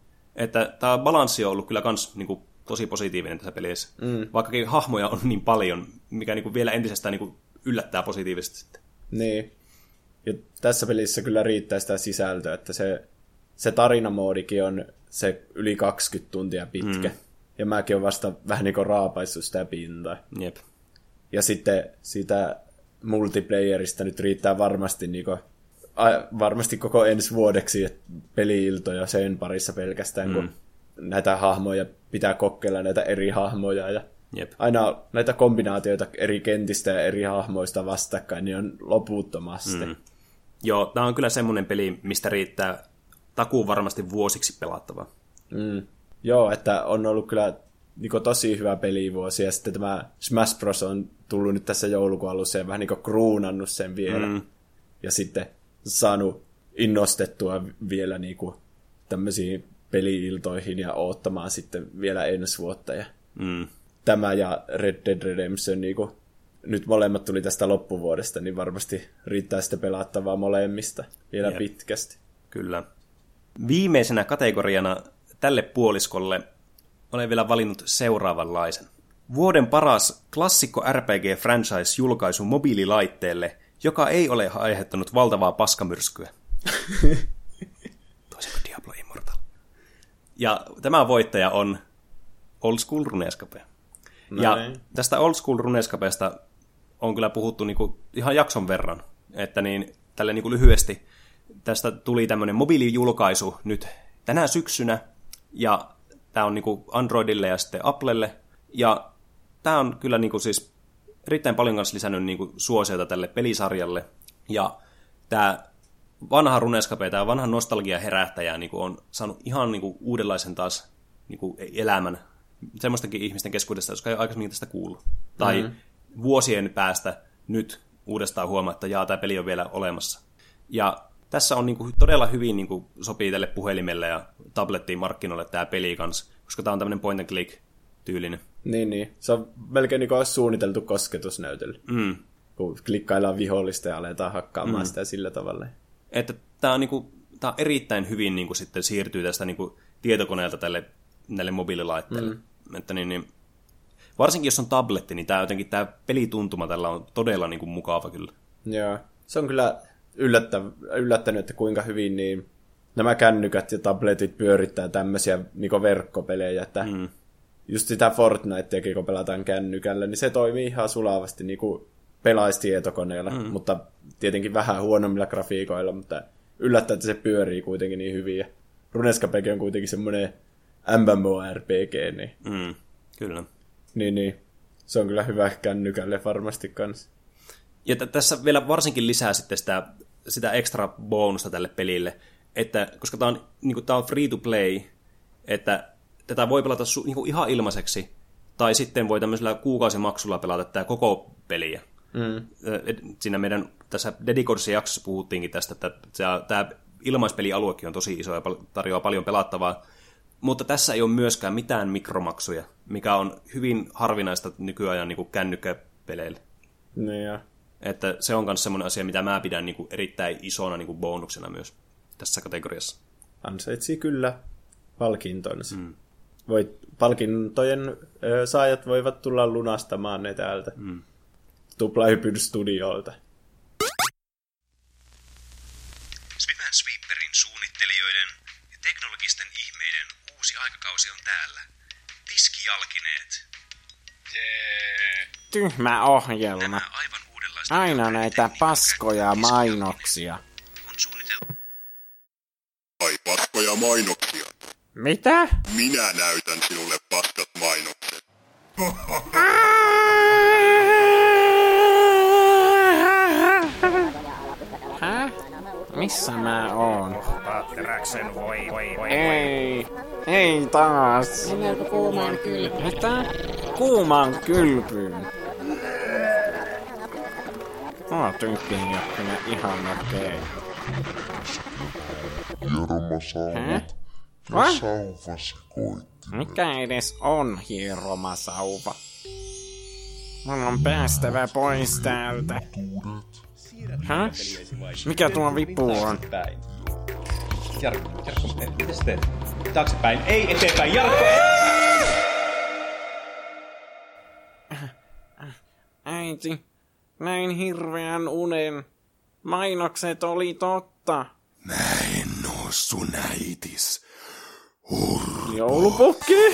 Että tämä balanssi on ollut kyllä kans niinku tosi positiivinen tässä pelissä. Mm. Vaikkakin hahmoja on niin paljon, mikä niinku vielä entisestään niinku yllättää positiivisesti. Niin. Ja tässä pelissä kyllä riittää sitä sisältöä, että se, se tarinamoodikin on se yli kaksikymmentä tuntia pitkä. Mm. Ja mäkin olen vasta vähän niin kuin raapaissut sitä pintaa. Jep. Ja sitten siitä multiplayerista nyt riittää varmasti, niin kuin, a, varmasti koko ensi vuodeksi peli-iltoja sen parissa pelkästään, mm. kun näitä hahmoja pitää kokeilla, näitä eri hahmoja. Ja Jep. aina näitä kombinaatioita eri kentistä ja eri hahmoista vastakkain, niin on loputtomasti. Mm. Joo, tämä on kyllä semmoinen peli, mistä riittää takuu varmasti vuosiksi pelattavaa. Mm. Joo, että on ollut kyllä niin kuin, tosi hyvä pelivuosi, ja sitten tämä Smash Bros. On tullut nyt tässä joulukuun alussa ja vähän niin kuin kruunannut sen vielä. Mm. Ja sitten saanut innostettua vielä niin kuin, tämmöisiin peli-iltoihin ja oottamaan sitten vielä ensi vuotta. Ja mm. tämä ja Red Dead Redemption niin kuin, nyt molemmat tuli tästä loppuvuodesta, niin varmasti riittää sitten pelattavaa molemmista vielä Jep. pitkästi. Kyllä. Viimeisenä kategoriana tälle puoliskolle olen vielä valinnut seuraavanlaisen. Vuoden paras klassikko R P G-franchise-julkaisu mobiililaitteelle, joka ei ole aiheuttanut valtavaa paskamyrskyä. Toisin kuin Diablo Immortal. Ja tämä voittaja on Old School Runescape. No ja niin. Tästä Old School Runescapesta on kyllä puhuttu niinku ihan jakson verran. Että niin, tälle niinku lyhyesti tästä tuli tämmöinen mobiilijulkaisu nyt tänä syksynä. Ja tämä on niinku Androidille ja sitten Applelle. Ja tämä on kyllä niinku siis erittäin paljon kanssa lisännyt niinku suosiota tälle pelisarjalle. Ja tämä vanha Runescape, tämä vanha nostalgia herättäjä niinku on saanut ihan niinku uudenlaisen taas niinku elämän. Semmoistakin ihmisten keskuudesta, jotka ei ole aikaisemmin tästä kuullut. Tai mm-hmm. vuosien päästä nyt uudestaan huomaa, että jaa, tämä peli on vielä olemassa. Ja tässä on niinku todella hyvin niinku sopii tälle puhelimelle ja tablettiin markkinoille tämä peli kanssa, koska tämä on tämmöinen point and click tyylinen. Niin, niin. Se on melkein niin kuin olisi suunniteltu kosketusnäytölle. Mm. Kun klikkaillaan vihollista ja aletaan hakkaamaan mm. sitä sillä tavalla. Että tämä on, niinku, tämä on erittäin hyvin niinku sitten siirtyy tästä niinku tietokoneelta tälle, näille mobiililaitteille. Mm. Että niin, niin, varsinkin jos on tabletti, niin tämä, jotenkin, tämä pelituntuma tällä on todella niinku mukava kyllä. Joo. Se on kyllä yllättä, yllättänyt, että kuinka hyvin niin nämä kännykät ja tabletit pyörittää tämmöisiä niinku verkkopelejä, että mm. just sitä Fortniteakin, kun pelataan kännykällä, niin se toimii ihan sulavasti niin kuin pelaisi tietokoneella, mm. mutta tietenkin vähän huonommilla grafiikoilla, mutta yllättää, että se pyörii kuitenkin niin hyvin. Ja Runescape on kuitenkin semmoinen MMORPG, niin... Mm, kyllä. Niin, niin. Se on kyllä hyvä kännykälle varmasti kanssa. Ja t- tässä vielä varsinkin lisää sitten sitä, sitä extra bonusta tälle pelille, että koska tämä on, niin on free to play, että tätä voi pelata su- niinku ihan ilmaiseksi, tai sitten voi tämmöisellä kuukausimaksulla pelata tämä koko peliä. Mm. Siinä meidän tässä Dedicodesin jaksossa puhuttiinkin tästä, että tämä ilmaispelialuekin on tosi iso ja tarjoaa paljon pelattavaa, mutta tässä ei ole myöskään mitään mikromaksuja, mikä on hyvin harvinaista nykyajan niin kuin kännykkäpeleille. Niin ja. Että se on myös semmoinen asia, mitä mä pidän niin kuin erittäin isona niin kuin bonuksena myös tässä kategoriassa. Ansaitsii kyllä palkintonsa. Mm. Voit, palkintojen ö, saajat voivat tulla lunastamaan ne täältä mm. Tuplahypyn studiolta. Swip and Sweeperin suunnittelijoiden ja teknologisten ihmeiden uusi aikakausi on täällä. Tiskijalkineet. Jee. Tyhmä ohjelma. Nämä aivan uudenlaista aina näitä paskoja mainoksia. On suunniteltu. Ai paskoja mainoksia. Mitä? Minä näytän sinulle paskat mainokset. Häh? Missä mä oon? Patteraksen voi, voi, voi. Ei, ei taas. Meneekö kuumaan kylpyyn? Mitä? Kuumaan kylpyyn? Mä tykkään jo kyllä ihan okei. Hieromasauva. Ja sauva sekoitti. Mikä edes on hieromasauva? Mun on päästävä pois täältä. Häh? Mikä tuo vipu on? Jarkko, Jarkko, mitä sä teet? Taaksepäin, ei eteenpäin, Jarkko! Äiti, näin hirveän unen. Mainokset oli totta. Mä en oo sun äitis. Urpo. Joulupukki?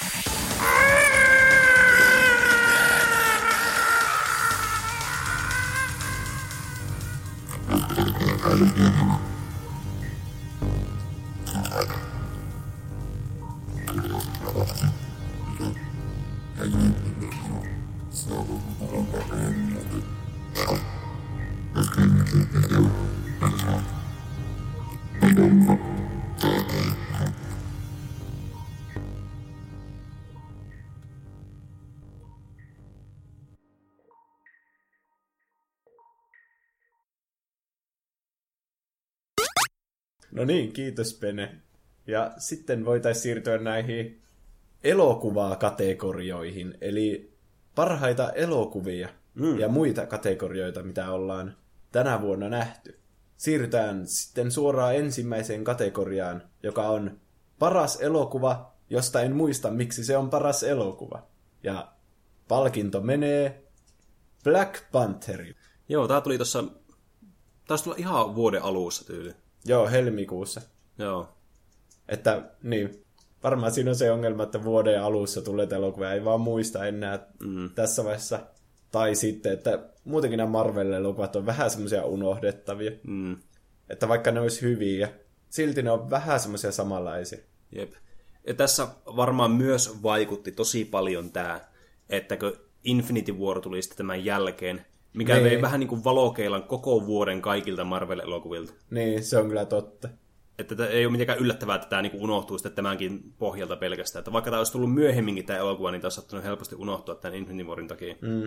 No niin, kiitos Pene. Ja sitten voitaisiin siirtyä näihin elokuvakategorioihin, eli parhaita elokuvia mm. ja muita kategorioita, mitä ollaan tänä vuonna nähty. Siirrytään sitten suoraan ensimmäiseen kategoriaan, joka on paras elokuva, josta en muista, miksi se on paras elokuva. Ja palkinto menee Black Pantheri. Joo, tää tuli tossa, taisi tulla ihan vuoden alussa tyyli. Joo, helmikuussa. Joo. Että niin, varmaan siinä on se ongelma, että vuoden alussa tulee elokuvia, ei vaan muista enää mm. tässä vaiheessa. Tai sitten, että muutenkin nämä Marvel-elokuvat on vähän semmoisia unohdettavia. Mm. Että vaikka ne olisi hyviä, silti ne on vähän semmoisia samanlaisia. Jep. Ja tässä varmaan myös vaikutti tosi paljon tämä, että kun Infinity War tuli sitten tämän jälkeen, mikä niin. vei vähän niin kuin valokeilan koko vuoden kaikilta Marvel-elokuvilta. Niin, se on kyllä totta. Että ei ole mitenkään yllättävää, että tämä niin unohtuu sitten tämänkin pohjalta pelkästään. Että vaikka tämä olisi tullut myöhemminkin tämä elokuva, niin tämä on saattanut helposti unohtua tämän Infinity Warin takia. Mm.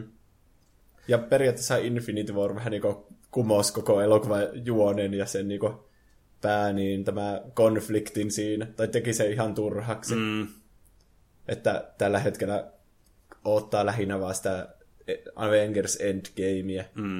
Ja periaatteessa Infinity War vähän niin kuin kumosi koko elokuvan juonen ja sen niin kuin pää, niin tämä konfliktin siinä, tai teki se ihan turhaksi. Mm. Että tällä hetkellä odottaa lähinnä vaan sitä Avengers Endgamea. Mm.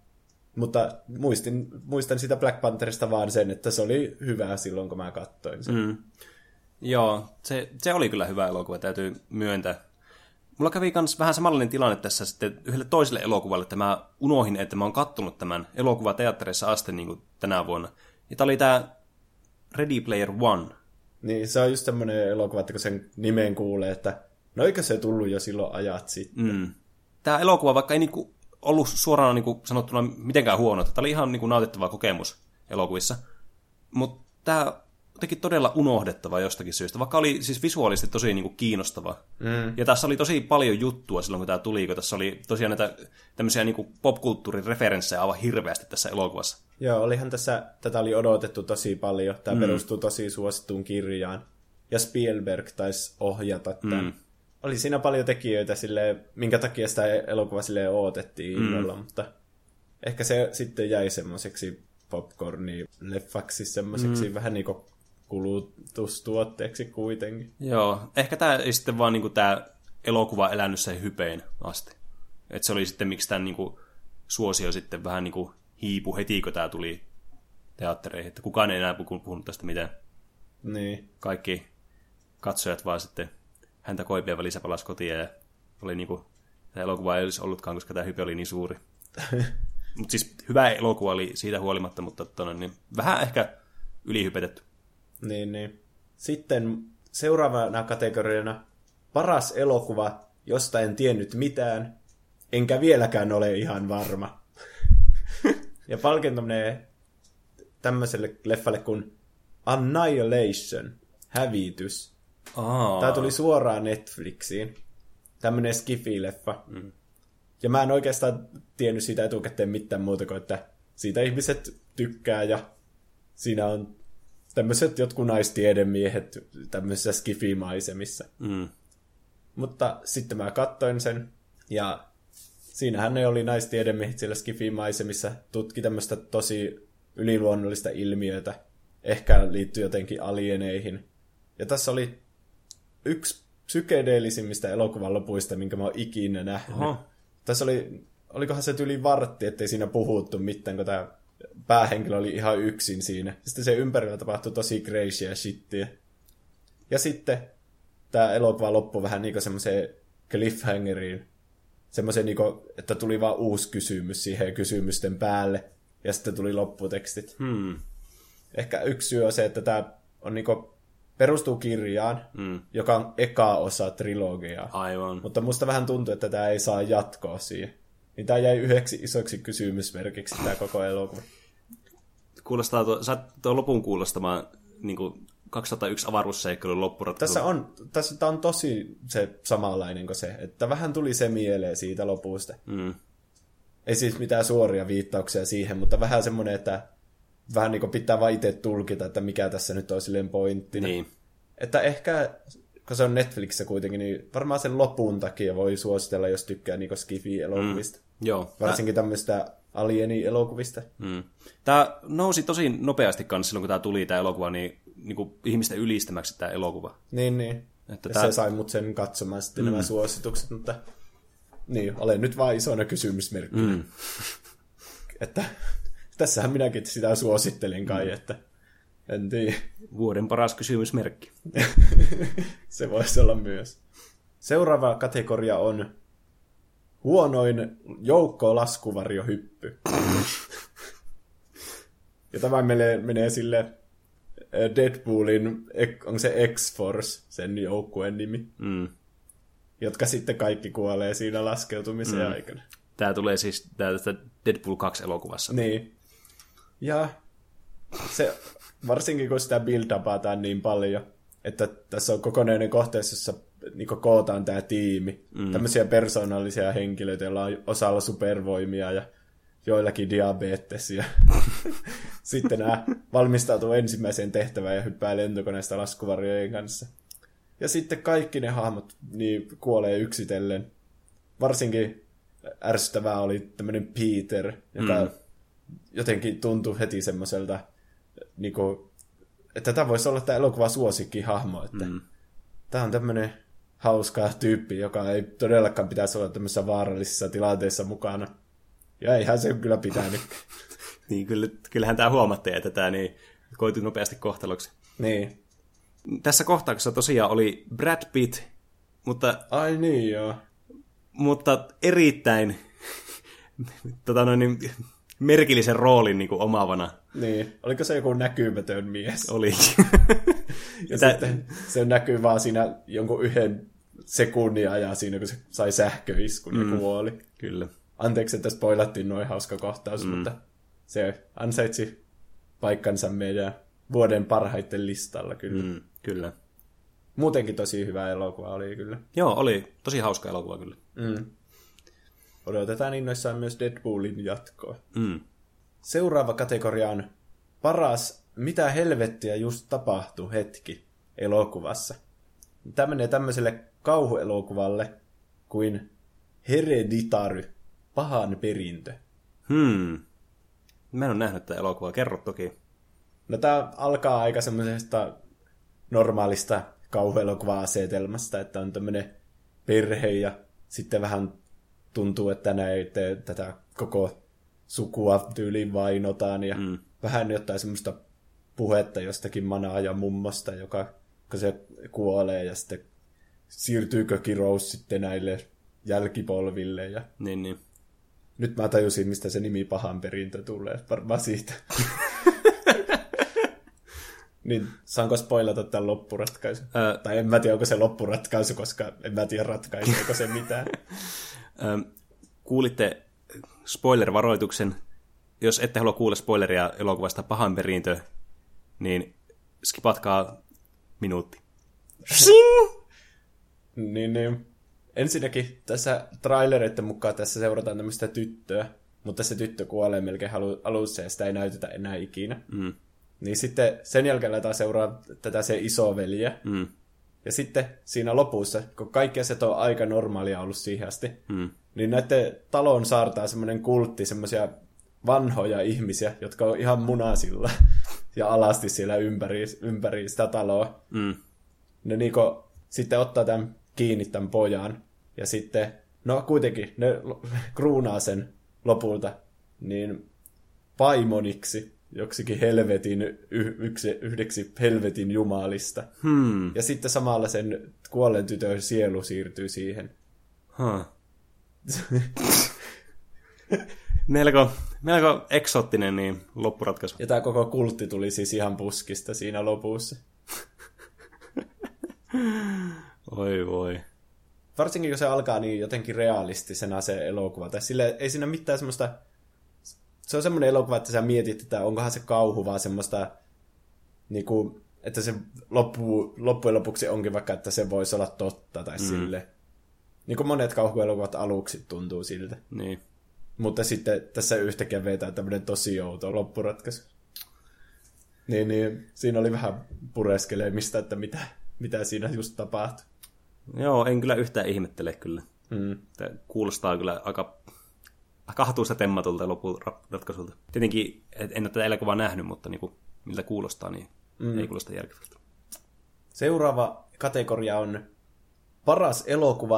Mutta muistin, muistan sitä Black Pantherista vaan sen, että se oli hyvä silloin, kun mä katsoin sen. Mm. Joo, se, se oli kyllä hyvä elokuva, täytyy myöntää. Mulla kävi myös vähän samanlainen tilanne tässä sitten yhdelle toiselle elokuvalle, että mä unohin, että mä oon kattonut tämän elokuvateatterissa asti niin kuin tänä vuonna. Ja tää oli tää Ready Player One. Niin, se on just tämmönen elokuva, että kun sen nimeen kuulee, että no eikö se tullut jo silloin ajat sitten. Mm. Tää elokuva, vaikka ei niinku ollut suoraan niinku sanottuna mitenkään huono, tää oli ihan niinku nautittava kokemus elokuvissa. Mutta tää jotenkin todella unohdettava jostakin syystä, vaikka oli siis visuaalisesti tosi niinku kiinnostava. Mm. Ja tässä oli tosi paljon juttua silloin, kun tää tuli, kun tässä oli tosiaan näitä tämmöisiä niinku popkulttuurin referenssejä aivan hirveästi tässä elokuvassa. Joo, olihan tässä, tätä oli odotettu tosi paljon. Tämä mm. perustuu tosi suosittuun kirjaan. Ja Spielberg taisi ohjata tämän. Mm. Oli siinä paljon tekijöitä, silleen, minkä takia sitä elokuvaa silleen odotettiin mm. innolla, mutta ehkä se sitten jäi semmoiseksi popcorni-leffaksi, semmoiseksi mm. vähän niin kuin kulutustuotteeksi kuitenkin. Joo, ehkä tämä ei sitten vaan niinku tämä elokuva elänyt sen hypeen asti. Että se oli sitten, miksi tämän niinku suosio sitten vähän niinku hiipu heti, kun tämä tuli teattereihin. Että kukaan ei enää puhunut tästä mitään. Niin. Kaikki katsojat vaan sitten häntä koipien välissä palasi kotiin ja oli niinku, tämä elokuva ei olisi ollutkaan, koska tämä hype oli niin suuri. Mutta siis hyvä elokuva oli siitä huolimatta, mutta tonne, niin vähän ehkä ylihypetetty. Niin, niin. Sitten seuraavana kategoriana paras elokuva, josta en tiennyt mitään, enkä vieläkään ole ihan varma. Ja palkinto menee tämmöiselle leffalle kuin Annihilation, hävitys. Aa. Tämä tuli suoraan Netflixiin. Tämmöinen skifi-leffa. Mm. Ja mä en oikeastaan tiennyt siitä etukäteen mitään muuta kuin, että siitä ihmiset tykkää ja siinä on tämmöiset jotkut naistiedemiehet tämmöisissä skifi-maisemissa. Mm. Mutta sitten mä katsoin sen ja siinähän ne oli naistiedemiehet siellä skifi-maisemissa, tutki tämmöistä tosi yliluonnollista ilmiötä. Ehkä liittyy jotenkin alieneihin. Ja tässä oli yksi psykedeellisimmistä elokuvan lopuista, minkä mä oon ikinä nähnyt. Oho. Tässä oli, olikohan se yli vartti, ettei siinä puhuttu mitään, kun tämä päähenkilö oli ihan yksin siinä. Sitten se ympärillä tapahtui tosi crazyä shittiä. Ja sitten tämä elokuva loppui vähän niin kuin semmoiseen cliffhangeriin. Semmoiseen, niin kuin, että tuli vaan uusi kysymys siihen kysymysten päälle. Ja sitten tuli lopputekstit. Hmm. Ehkä yksi syy on se, että tämä on niin kuin perustuu kirjaan, mm. joka on eka osa trilogiaa. Aivan. Mutta musta vähän tuntuu, että tämä ei saa jatkoa siihen. Niin tämä jäi yhdeksi isoksi kysymysmerkiksi tämä koko elokuva. Kuulostaa, tuo, saat tuon lopun kuulostamaan niin kuin kaksituhattayksi avaruusseikkailun loppuratkaisu. Tässä on, tässä tämä on tosi se samanlainen kuin se, että vähän tuli se mieleen siitä lopusta. Mm. Ei siis mitään suoria viittauksia siihen, mutta vähän semmoinen, että vähän niin kuin pitää vaan itse tulkita, että mikä tässä nyt on silleen pointtina. Niin. Että ehkä, kun se on Netflixissä kuitenkin, niin varmaan sen lopun takia voi suositella, jos tykkää niin skifi-elokuvista. Mm. Joo. Varsinkin Tää... tämmöistä alieni-elokuvista. Mm. Tämä nousi tosi nopeasti kanssa silloin, kun tämä tuli tämä elokuva, niin, niin kuin ihmisten ylistämäksi tämä elokuva. Niin, niin. Että tämä... Se sai mut sen katsomaan sitten mm. nämä suositukset, mutta Niin, olen nyt vaan isona kysymysmerkkinä. Mm. Että tässähän minäkin sitä suosittelin kai, mm. että en tiedä. Vuoden paras kysymysmerkki. Se voisi olla myös. Seuraava kategoria on huonoin joukkolaskuvarjohyppy. Ja tämä menee, menee sille Deadpoolin, onko se X-Force, sen joukkueen nimi, mm. jotka sitten kaikki kuolee siinä laskeutumisen mm. aikana. Tämä tulee siis tästä Deadpool kaksi-elokuvassa. Niin. Ja se, varsinkin kun sitä build-upataan niin paljon, että tässä on kokonainen kohteessa, jossa niin kootaan tämä tiimi. Mm. Tämmöisiä persoonallisia henkilöitä, joilla on osalla supervoimia ja joillakin diabetesia. Sitten nämä valmistautuu ensimmäiseen tehtävään ja hyppää lentokoneesta laskuvarjojen kanssa. Ja sitten kaikki ne hahmot niin kuolee yksitellen. Varsinkin ärsyttävää oli tämmöinen Peter, joka mm. jotenkin tuntui heti semmoiselta, niin kuin, että tämä voisi olla tämä elokuva suosikkihahmo. Että mm. tämä on tämmöinen hauska tyyppi, joka ei todellakaan pitäisi olla tämmöisissä vaarallisissa tilanteissa mukana. Ja eihän se kyllä pitänyt. Niin, kyllä, kyllähän tämä huomattiin, että tämä niin koitui nopeasti kohtaloksi. Niin. Tässä kohtauksessa tosiaan oli Brad Pitt, mutta... Ai niin, joo. Mutta erittäin tota noin, niin, merkillisen roolin niin kuin omaavana. Niin. Oliko se joku näkymätön mies? Oli. Ja Tää... sitten se näkyy vaan siinä jonkun yhden sekunnin ajan siinä, kun se sai sähköiskun mm. ja kuoli. Kyllä. Anteeksi, että spoilattiin noin hauska kohtaus, mm. mutta se ansaitsi paikkansa meidän vuoden parhaiten listalla kyllä. Mm, kyllä. Muutenkin tosi hyvä elokuva oli kyllä. Joo, oli tosi hauska elokuva kyllä. Mm. Odotetaan innoissaan myös Deadpoolin jatkoa. Mm. Seuraava kategoria on paras mitä helvettiä just tapahtui hetki elokuvassa. Tämä menee tämmöiselle kauhuelokuvalle kuin Hereditary, pahan perintö. Hmm. Mä en ole nähnyt tätä elokuvaa, kerro toki. No tää alkaa aika semmoisesta normaalista kauhuelokuva-asetelmasta, että on tämmöinen perhe ja sitten vähän tuntuu, että näitä tätä koko sukua tyyliin vainotaan ja mm. vähän jotain semmoista puhetta jostakin manaa ja mummosta, joka kun se kuolee ja sitten siirtyykö kirous sitten näille jälkipolville. Ja... Niin, niin. Nyt mä tajusin, mistä se nimi pahan perintö tulee. Varmaan siitä. Niin, saanko spoilata tämän loppuratkaisu? Ää... Tai en mä tiedä, onko se loppuratkaisu, koska en mä tiedä ratkaiseeko se mitään. Kuulitte spoiler-varoituksen. Jos ette halua kuulla spoileria elokuvasta pahan perintö, niin skipatkaa minuutti. niin, niin. Ensinnäkin tässä trailereiden mukaan tässä seurataan tämmöistä tyttöä, mutta se tyttö kuolee melkein alussa ja sitä ei näytetä enää ikinä. Mm. Niin sitten sen jälkeen aletaan seuraa tätä se isoveliä. Mm. Ja sitten siinä lopussa, kun kaikki asiat on aika normaalia ollut siihen asti, mm. niin näiden talon saartaa semmoinen kultti, semmoisia vanhoja ihmisiä, jotka on ihan munasilla ja alasti siellä ympäri, ympäri sitä taloa. Mm. Ne niinku sitten ottaa tämän kiinni tämän pojan ja sitten, no kuitenkin, ne kruunaa sen lopulta niin paimoniksi, joksikin helvetin, yksi, yhdeksi helvetin jumalista. Hmm. Ja sitten samalla sen kuolleen tytön sielu siirtyy siihen. Huh. melko, melko eksoottinen niin loppuratkaisu. Ja tämä koko kultti tuli siis ihan puskista siinä lopussa. Oi voi. Varsinkin kun se alkaa niin jotenkin realistisena se elokuva. Tai sille, ei siinä mitään semmoista... Se on semmoinen elokuva, että sä mietit, että onkohan se kauhu vaan semmoista... Niin kuin, että se loppu, loppujen lopuksi onkin vaikka, että se voisi olla totta tai mm. sille. Niin kuin monet kauhuelokuvat aluksi tuntuu siltä. Niin. Mutta sitten tässä yhtäkkiä vetää tämmöinen tosi outo loppuratkaisu. Niin, niin siinä oli vähän pureskelemista, että mitä, mitä siinä just tapahtui. Joo, en kyllä yhtään ihmettele kyllä. Mm. Tämä kuulostaa kyllä aika, aika hatuista temmatulta loppuratkaisuilta. Tietenkin en ole tätä elokuvaa nähnyt, mutta niin kuin, miltä kuulostaa, niin mm. ei kuulosta järkevältä. Seuraava kategoria on paras elokuva,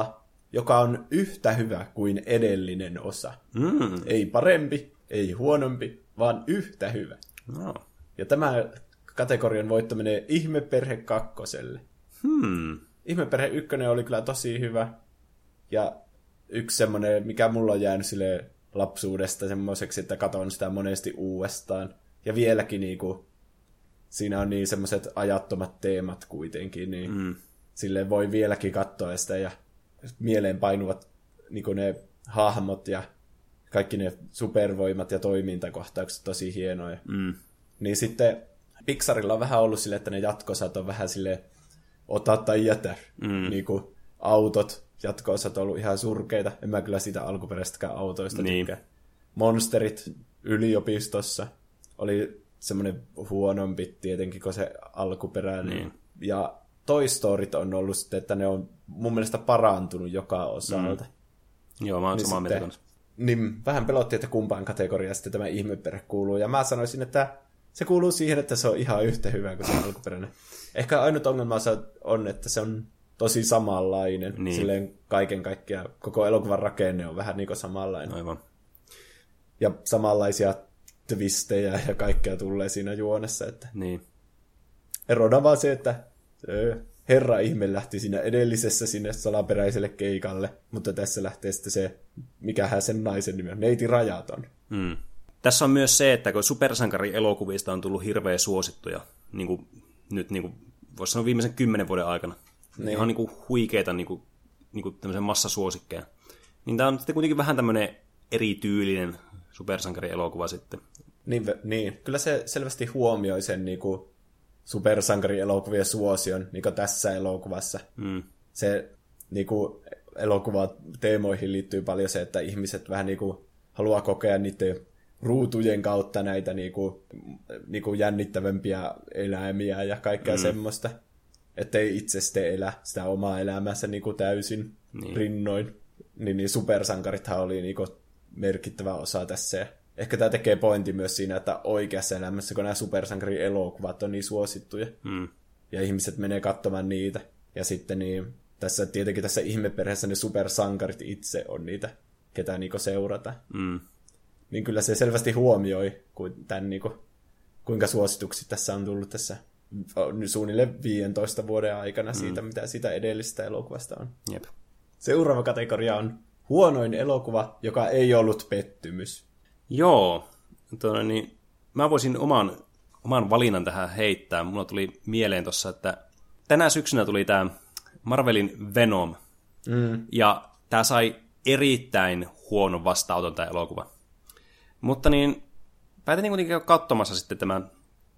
joka on yhtä hyvä kuin edellinen osa. Mm. Ei parempi, ei huonompi, vaan yhtä hyvä. No. Ja tämä kategorian voitto menee Ihmeperhe kakkoselle. Hmm. Ihmeperhe ykkönen oli kyllä tosi hyvä. Ja yksi semmoinen, mikä mulla on jäänyt sille lapsuudesta semmoiseksi, että katon sitä monesti uudestaan. Ja vieläkin niinku, siinä on niin semmoiset ajattomat teemat kuitenkin, niin mm. silleen voi vieläkin katsoa sitä ja mieleen painuvat niinku ne hahmot ja kaikki ne supervoimat ja toimintakohtaukset tosi hienoja. Mm. Niin sitten Pixarilla on vähän ollut silleen, että ne jatkosat on vähän silleen ota tai jätä. Mm. Niinku autot, jatko-osat on ollut ihan surkeita. En mä kyllä siitä alkuperäistäkään autoista niin. tykkää. Monsterit yliopistossa oli semmoinen huonompi tietenkin kuin se alkuperäinen. Niin. Ja Toy Storyt on ollut sitten, että ne on mun mielestä parantunut joka osalta. Mm. Joo, mä oon niin samaa mieltä kanssa. Niin vähän pelotti, että kumpaan kategoriaan sitten tämä Ihmeperhe kuuluu. Ja mä sanoisin, että se kuuluu siihen, että se on ihan yhtä hyvä kuin se alkuperäinen. Ehkä ainut ongelma on, että se on tosi samanlainen. Niin. Silleen kaiken kaikkiaan koko elokuvan rakenne on vähän niin kuin samanlainen. Aivan. Ja samanlaisia twistejä ja kaikkea tulee siinä juonessa. Että niin. Erona vaan se, että herra ihme lähti siinä edellisessä sinne salaperäiselle keikalle, mutta tässä lähtee sitten se, mikähän sen naisen nimi on, Neiti Rajaton. Mm. Tässä on myös se, että kun supersankarielokuvista on tullut hirveän suosittuja, niin kuin, nyt niin kuin, voisi sanoa viimeisen kymmenen vuoden aikana, niin. ihan niin kuin huikeita niin kuin, niin kuin tämmöisen massasuosikkeja, niin tämä on sitten kuitenkin vähän tämmöinen erityylinen supersankarielokuva sitten. Niin, niin. Kyllä se selvästi huomioi sen niin kuin supersankarielokuvien suosion niin kuin tässä elokuvassa. Mm. Se niin kuin, elokuvateemoihin liittyy paljon se, että ihmiset vähän niin kuin, haluaa kokea niiden ruutujen kautta näitä niin kuin, niin kuin jännittävämpiä eläimiä ja kaikkea mm. semmoista. Ettei itse sitten elä sitä omaa elämänsä niin kuin täysin niin. rinnoin. Niin, niin supersankarithan oli niin kuin merkittävä osa tässä. Ja ehkä tämä tekee pointin myös siinä, että oikeassa elämässä, kun nämä supersankarielokuvat on niin suosittuja, mm. ja ihmiset menee katsomaan niitä, ja sitten niin, tässä, tietenkin tässä ihmeperheessä ne supersankarit itse on niitä, ketä niinku seurata. Mm. Niin kyllä se selvästi huomioi, tämän, niinku, kuinka suosituksi tässä on tullut tässä suunnilleen viidentoista vuoden aikana siitä, mm. mitä siitä edellisestä elokuvasta on. Jep. Seuraava kategoria on huonoin elokuva, joka ei ollut pettymys. Joo, tuonne, niin mä voisin oman, oman valinnan tähän heittää. Mulla tuli mieleen tossa, että tänä syksynä tuli tämä Marvelin Venom, mm. ja tämä sai erittäin huonon vastaanoton tämä elokuva. Mutta niin, päätin kuitenkin käydä katsomassa sitten tämän,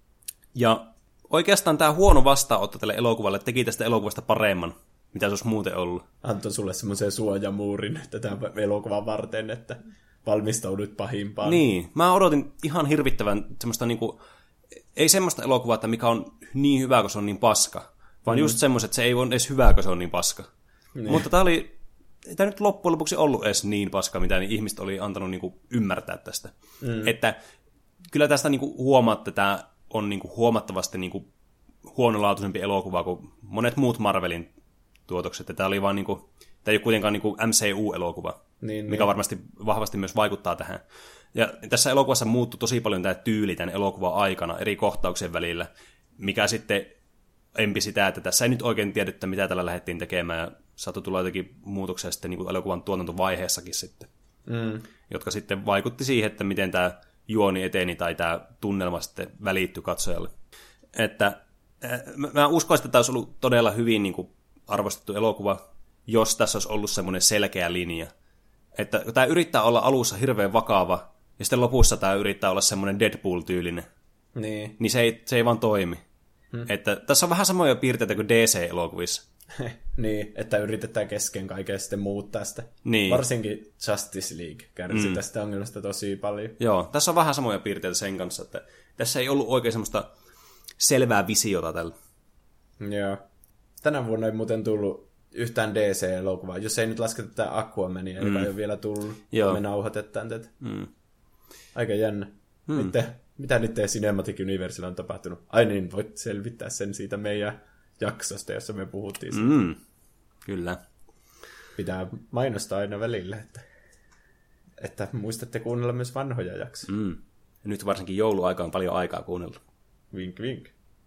ja oikeastaan tämä huono vastaanotto tälle elokuvalle teki tästä elokuvasta paremman, mitä se olisi muuten ollut. Antoi sulle semmoisen suojamuurin tätä elokuvan varten, että valmistaudut pahimpaan. Niin, mä odotin ihan hirvittävän semmoista niinku, ei semmoista elokuvaa, että mikä on niin hyvä, kun se on niin paska, vaan mm. just semmoiset, että se ei ole edes hyvä, kun se on niin paska. Niin. Mutta tää oli, ei tää nyt loppujen lopuksi ollut edes niin paska, mitä niin ihmiset oli antanut niinku ymmärtää tästä. Mm. Että kyllä tästä niinku huomaa, että tää on niinku huomattavasti niinku huonolaatuisempi elokuva kuin monet muut Marvelin tuotokset. Että tää oli vaan niinku, tää ei ole kuitenkaan niinku M C U-elokuva. Niin, mikä niin. varmasti vahvasti myös vaikuttaa tähän. Ja tässä elokuvassa muuttui tosi paljon tämä tyyli tämän elokuvan aikana eri kohtauksien välillä, mikä sitten empi sitä, että tässä ei nyt oikein tiedettä, mitä tällä lähdettiin tekemään, ja saattoi tulla jotenkin muutoksia sitten niin kuin elokuvan tuotantovaiheessakin sitten, mm. jotka sitten vaikutti siihen, että miten tämä juoni eteni tai tämä tunnelma sitten välittyi katsojalle. Että mä uskoisin, että tämä olisi ollut todella hyvin niin kuin arvostettu elokuva, jos tässä olisi ollut semmoinen selkeä linja. Että tämä yrittää olla alussa hirveän vakava, ja sitten lopussa tämä yrittää olla semmoinen Deadpool-tyylinen. Niin. Niin se ei, se ei vaan toimi. Hmm. Että tässä on vähän samoja piirteitä kuin D C-elokuvissa. Niin, että yritetään kesken kaiken sitten muuttaa sitä. Niin. Varsinkin Justice League kärsii mm. tästä ongelmasta tosi paljon. Joo, tässä on vähän samoja piirteitä sen kanssa, että tässä ei ollut oikein semmoista selvää visiota tällä. Joo. Tänä vuonna ei muuten tullut yhtään D C-elokuvaa, jos ei nyt lasketa tätä Aquamania, mm. joka ei ole vielä tullut. Joo. Me nauhoitetaan tätä. Mm. Aika jännä. Mm. Mitä, mitä nyt Cinematic Universella on tapahtunut? Ai niin, voit selvittää sen siitä meidän jaksosta, jossa me puhuttiin siitä. Mm. Kyllä. pitää mainostaa aina välillä, että, että muistatte kuunnella myös vanhoja jaksoja. Mm. Nyt varsinkin jouluaika on paljon aikaa kuunnella. Vink, vink.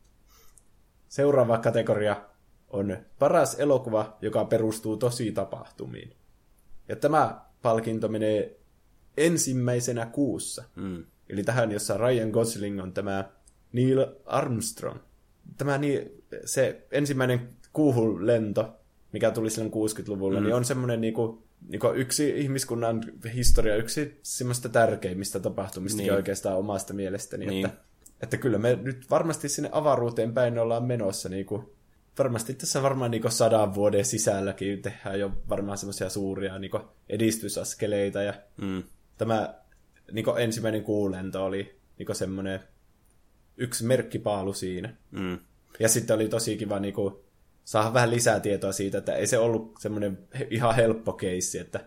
Seuraava kategoria on paras elokuva, joka perustuu tosi tapahtumiin. Ja tämä palkinto menee ensimmäisenä kuussa. Mm. Eli tähän, jossa Ryan Gosling on tämä Neil Armstrong. Tämä niin, se ensimmäinen kuuhun lento, mikä tuli silloin kuusikymmentäluvulla, mm. niin on semmoinen niinku, niinku yksi ihmiskunnan historia, yksi semmoista tärkeimmistä tapahtumista niin. oikeastaan omasta mielestäni. Niin. Että, että kyllä me nyt varmasti sinne avaruuteen päin ollaan menossa. Niinku, varmasti tässä varmaan niinku sadan vuoden sisälläkin tehdään jo varmaan semmoisia suuria niinku edistysaskeleita. Ja mm. tämä niinku ensimmäinen kuulento oli niinku semmoinen yksi merkkipaalu siinä. Mm. Ja sitten oli tosi kiva niinku saada vähän lisää tietoa siitä, että ei se ollut semmoinen ihan helppo keissi, että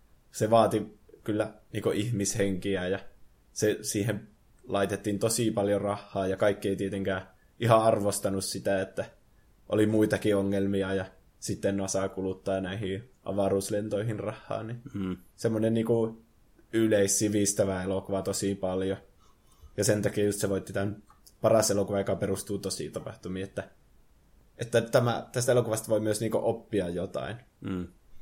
se vaati kyllä niinku ihmishenkiä ja se, siihen laitettiin tosi paljon rahaa ja kaikki ei tietenkään ihan arvostanut sitä, että oli muitakin ongelmia ja sitten NASA kuluttaa näihin avaruuslentoihin rahaa. Niin mm. semmoinen niinku yleissivistävä elokuva tosi paljon. Ja sen takia just se voitti tämän paras elokuva, joka perustuu tosi tapahtumiin, että, että tämä, tästä elokuvasta voi myös niinku oppia jotain. Mm.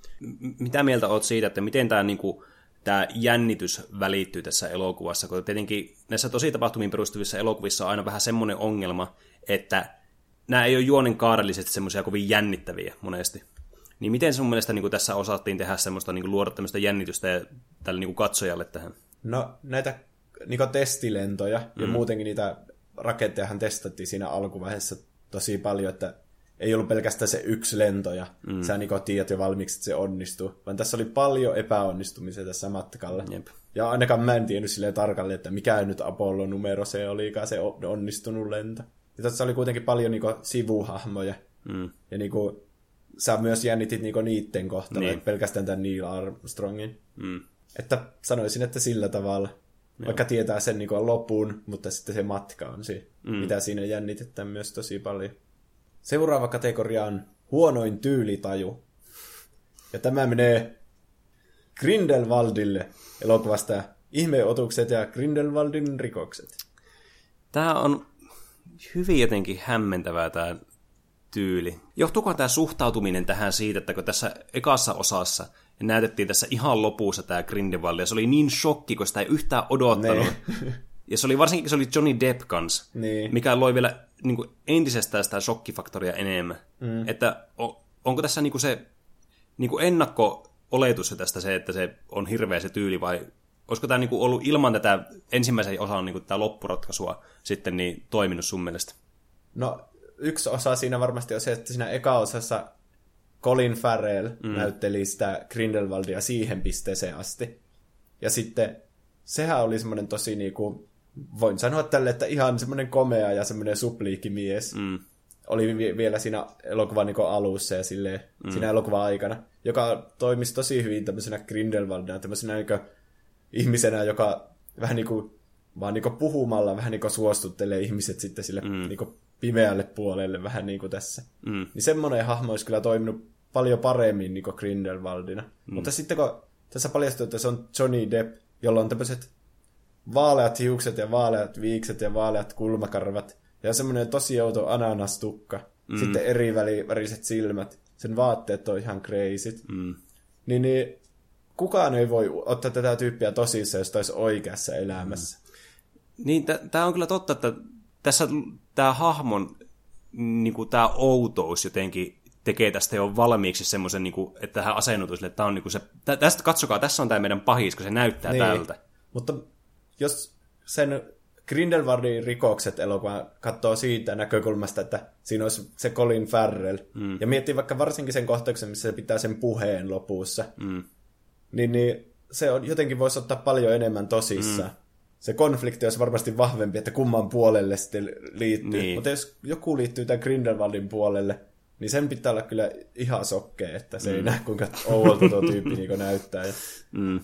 Mitä mieltä olet siitä, että miten tämä, niinku, tämä jännitys välittyy tässä elokuvassa? Kun tietenkin näissä tosi tapahtumiin perustuvissa elokuvissa on aina vähän semmoinen ongelma, että nämä ei ole juonen kaarellisesti semmoisia kovin jännittäviä monesti. Niin miten sun mielestä niin tässä osattiin tehdä semmoista, niin luoda tämmöistä jännitystä ja tälle niin katsojalle tähän? No näitä niin testilentoja mm. ja muutenkin niitä rakettejahan testattiin siinä alkuvaiheessa tosi paljon, että ei ollut pelkästään se yksi lento ja mm. sä niin tiedät jo valmiiksi, että se onnistuu, vaan tässä oli paljon epäonnistumisia tässä matkalla. Jep. Ja ainakaan mä en tiennyt silleen tarkalleen, että mikä nyt Apollo-numero se olikaan se onnistunut lento. Ja tässä oli kuitenkin paljon niin sivuhahmoja mm. ja niin kuin sä myös jännitit niinku niitten kohtaloa, niin. pelkästään tämän Neil Armstrongin. Mm. Että sanoisin, että sillä tavalla. Joo. Vaikka tietää sen niinku lopun, mutta sitten se matka on siinä, mm. mitä siinä jännitetään myös tosi paljon. Seuraava kategoria on huonoin tyylitaju. Ja tämä menee Grindelwaldille elokuvasta Ihmeotukset ja Grindelwaldin rikokset. Tämä on hyvin jotenkin hämmentävää tämä tyyli. Johtuuko tämä suhtautuminen tähän siitä, että kun tässä ekassa osassa näytettiin tässä ihan lopussa tämä Grindelwald, ja se oli niin shokki, kun sitä ei yhtään odottanut. Ja se oli varsinkin, se oli Johnny Depp kanssa, niin. mikä loi vielä niin kuin entisestään sitä shokkifaktoria enemmän. Mm. Että onko tässä niin kuin se niin kuin ennakko-oletus tästä se, että se on hirveä se tyyli, vai olisiko tämä niin kuin ollut ilman tätä ensimmäisen osan niin kuin tätä loppuratkaisua sitten niin toiminut sun mielestä? No, yksi osa siinä varmasti on se, että siinä eka osassa Colin Farrell mm. näytteli sitä Grindelwaldia siihen pisteeseen asti. Ja sitten sehän oli semmoinen tosi niinku, voin sanoa tälle, että ihan semmoinen komea ja semmoinen supliikkimies. Mm. Oli vi- vielä siinä elokuvan niinku alussa ja silleen, mm. siinä elokuvan aikana, joka toimisi tosi hyvin tämmöisenä Grindelwaldina, tämmöisenä niinku ihmisenä, joka vähän niinku, vaan niinku puhumalla vähän niinku suostuttelee ihmiset sitten sille mm. niinku pimeälle puolelle vähän niin kuin tässä. Mm. Niin semmoinen hahmo olisi kyllä toiminut paljon paremmin niin kuin Grindelwaldina. Mm. Mutta sitten kun tässä paljastuu, että se on Johnny Depp, jolla on tämmöiset vaaleat hiukset ja vaaleat viikset ja vaaleat kulmakarvat ja semmoinen tosi outo ananastukka. Mm. Sitten eri väriset silmät. Sen vaatteet on ihan crazyt. Mm. Niin, niin kukaan ei voi ottaa tätä tyyppiä tosissaan, jos olisi oikeassa elämässä. Mm. Niin, tämä on kyllä totta, että tässä tämä hahmon niin kuin tämä outous jotenkin tekee tästä jo valmiiksi semmoisen, niin kuin, että hän asennutuu sille, että tämä on niin kuin se, tästä, katsokaa, tässä on tämä meidän pahis, kun se näyttää niin. tältä. Mutta jos sen Grindelwaldin rikokset elokuvan katsoo siitä näkökulmasta, että siinä olisi se Colin Farrell, mm. ja miettii vaikka varsinkin sen kohtauksen, missä se pitää sen puheen lopussa, mm. niin, niin se on, jotenkin voisi ottaa paljon enemmän tosissaan. Mm. Se konflikti olisi varmasti vahvempi, että kumman puolelle sitten liittyy. Niin. Mutta jos joku liittyy tämän Grindelwaldin puolelle, niin sen pitää olla kyllä ihan sokkea, että se mm. ei näe kuinka ouolta tuo tyyppi niin näyttää. Mm.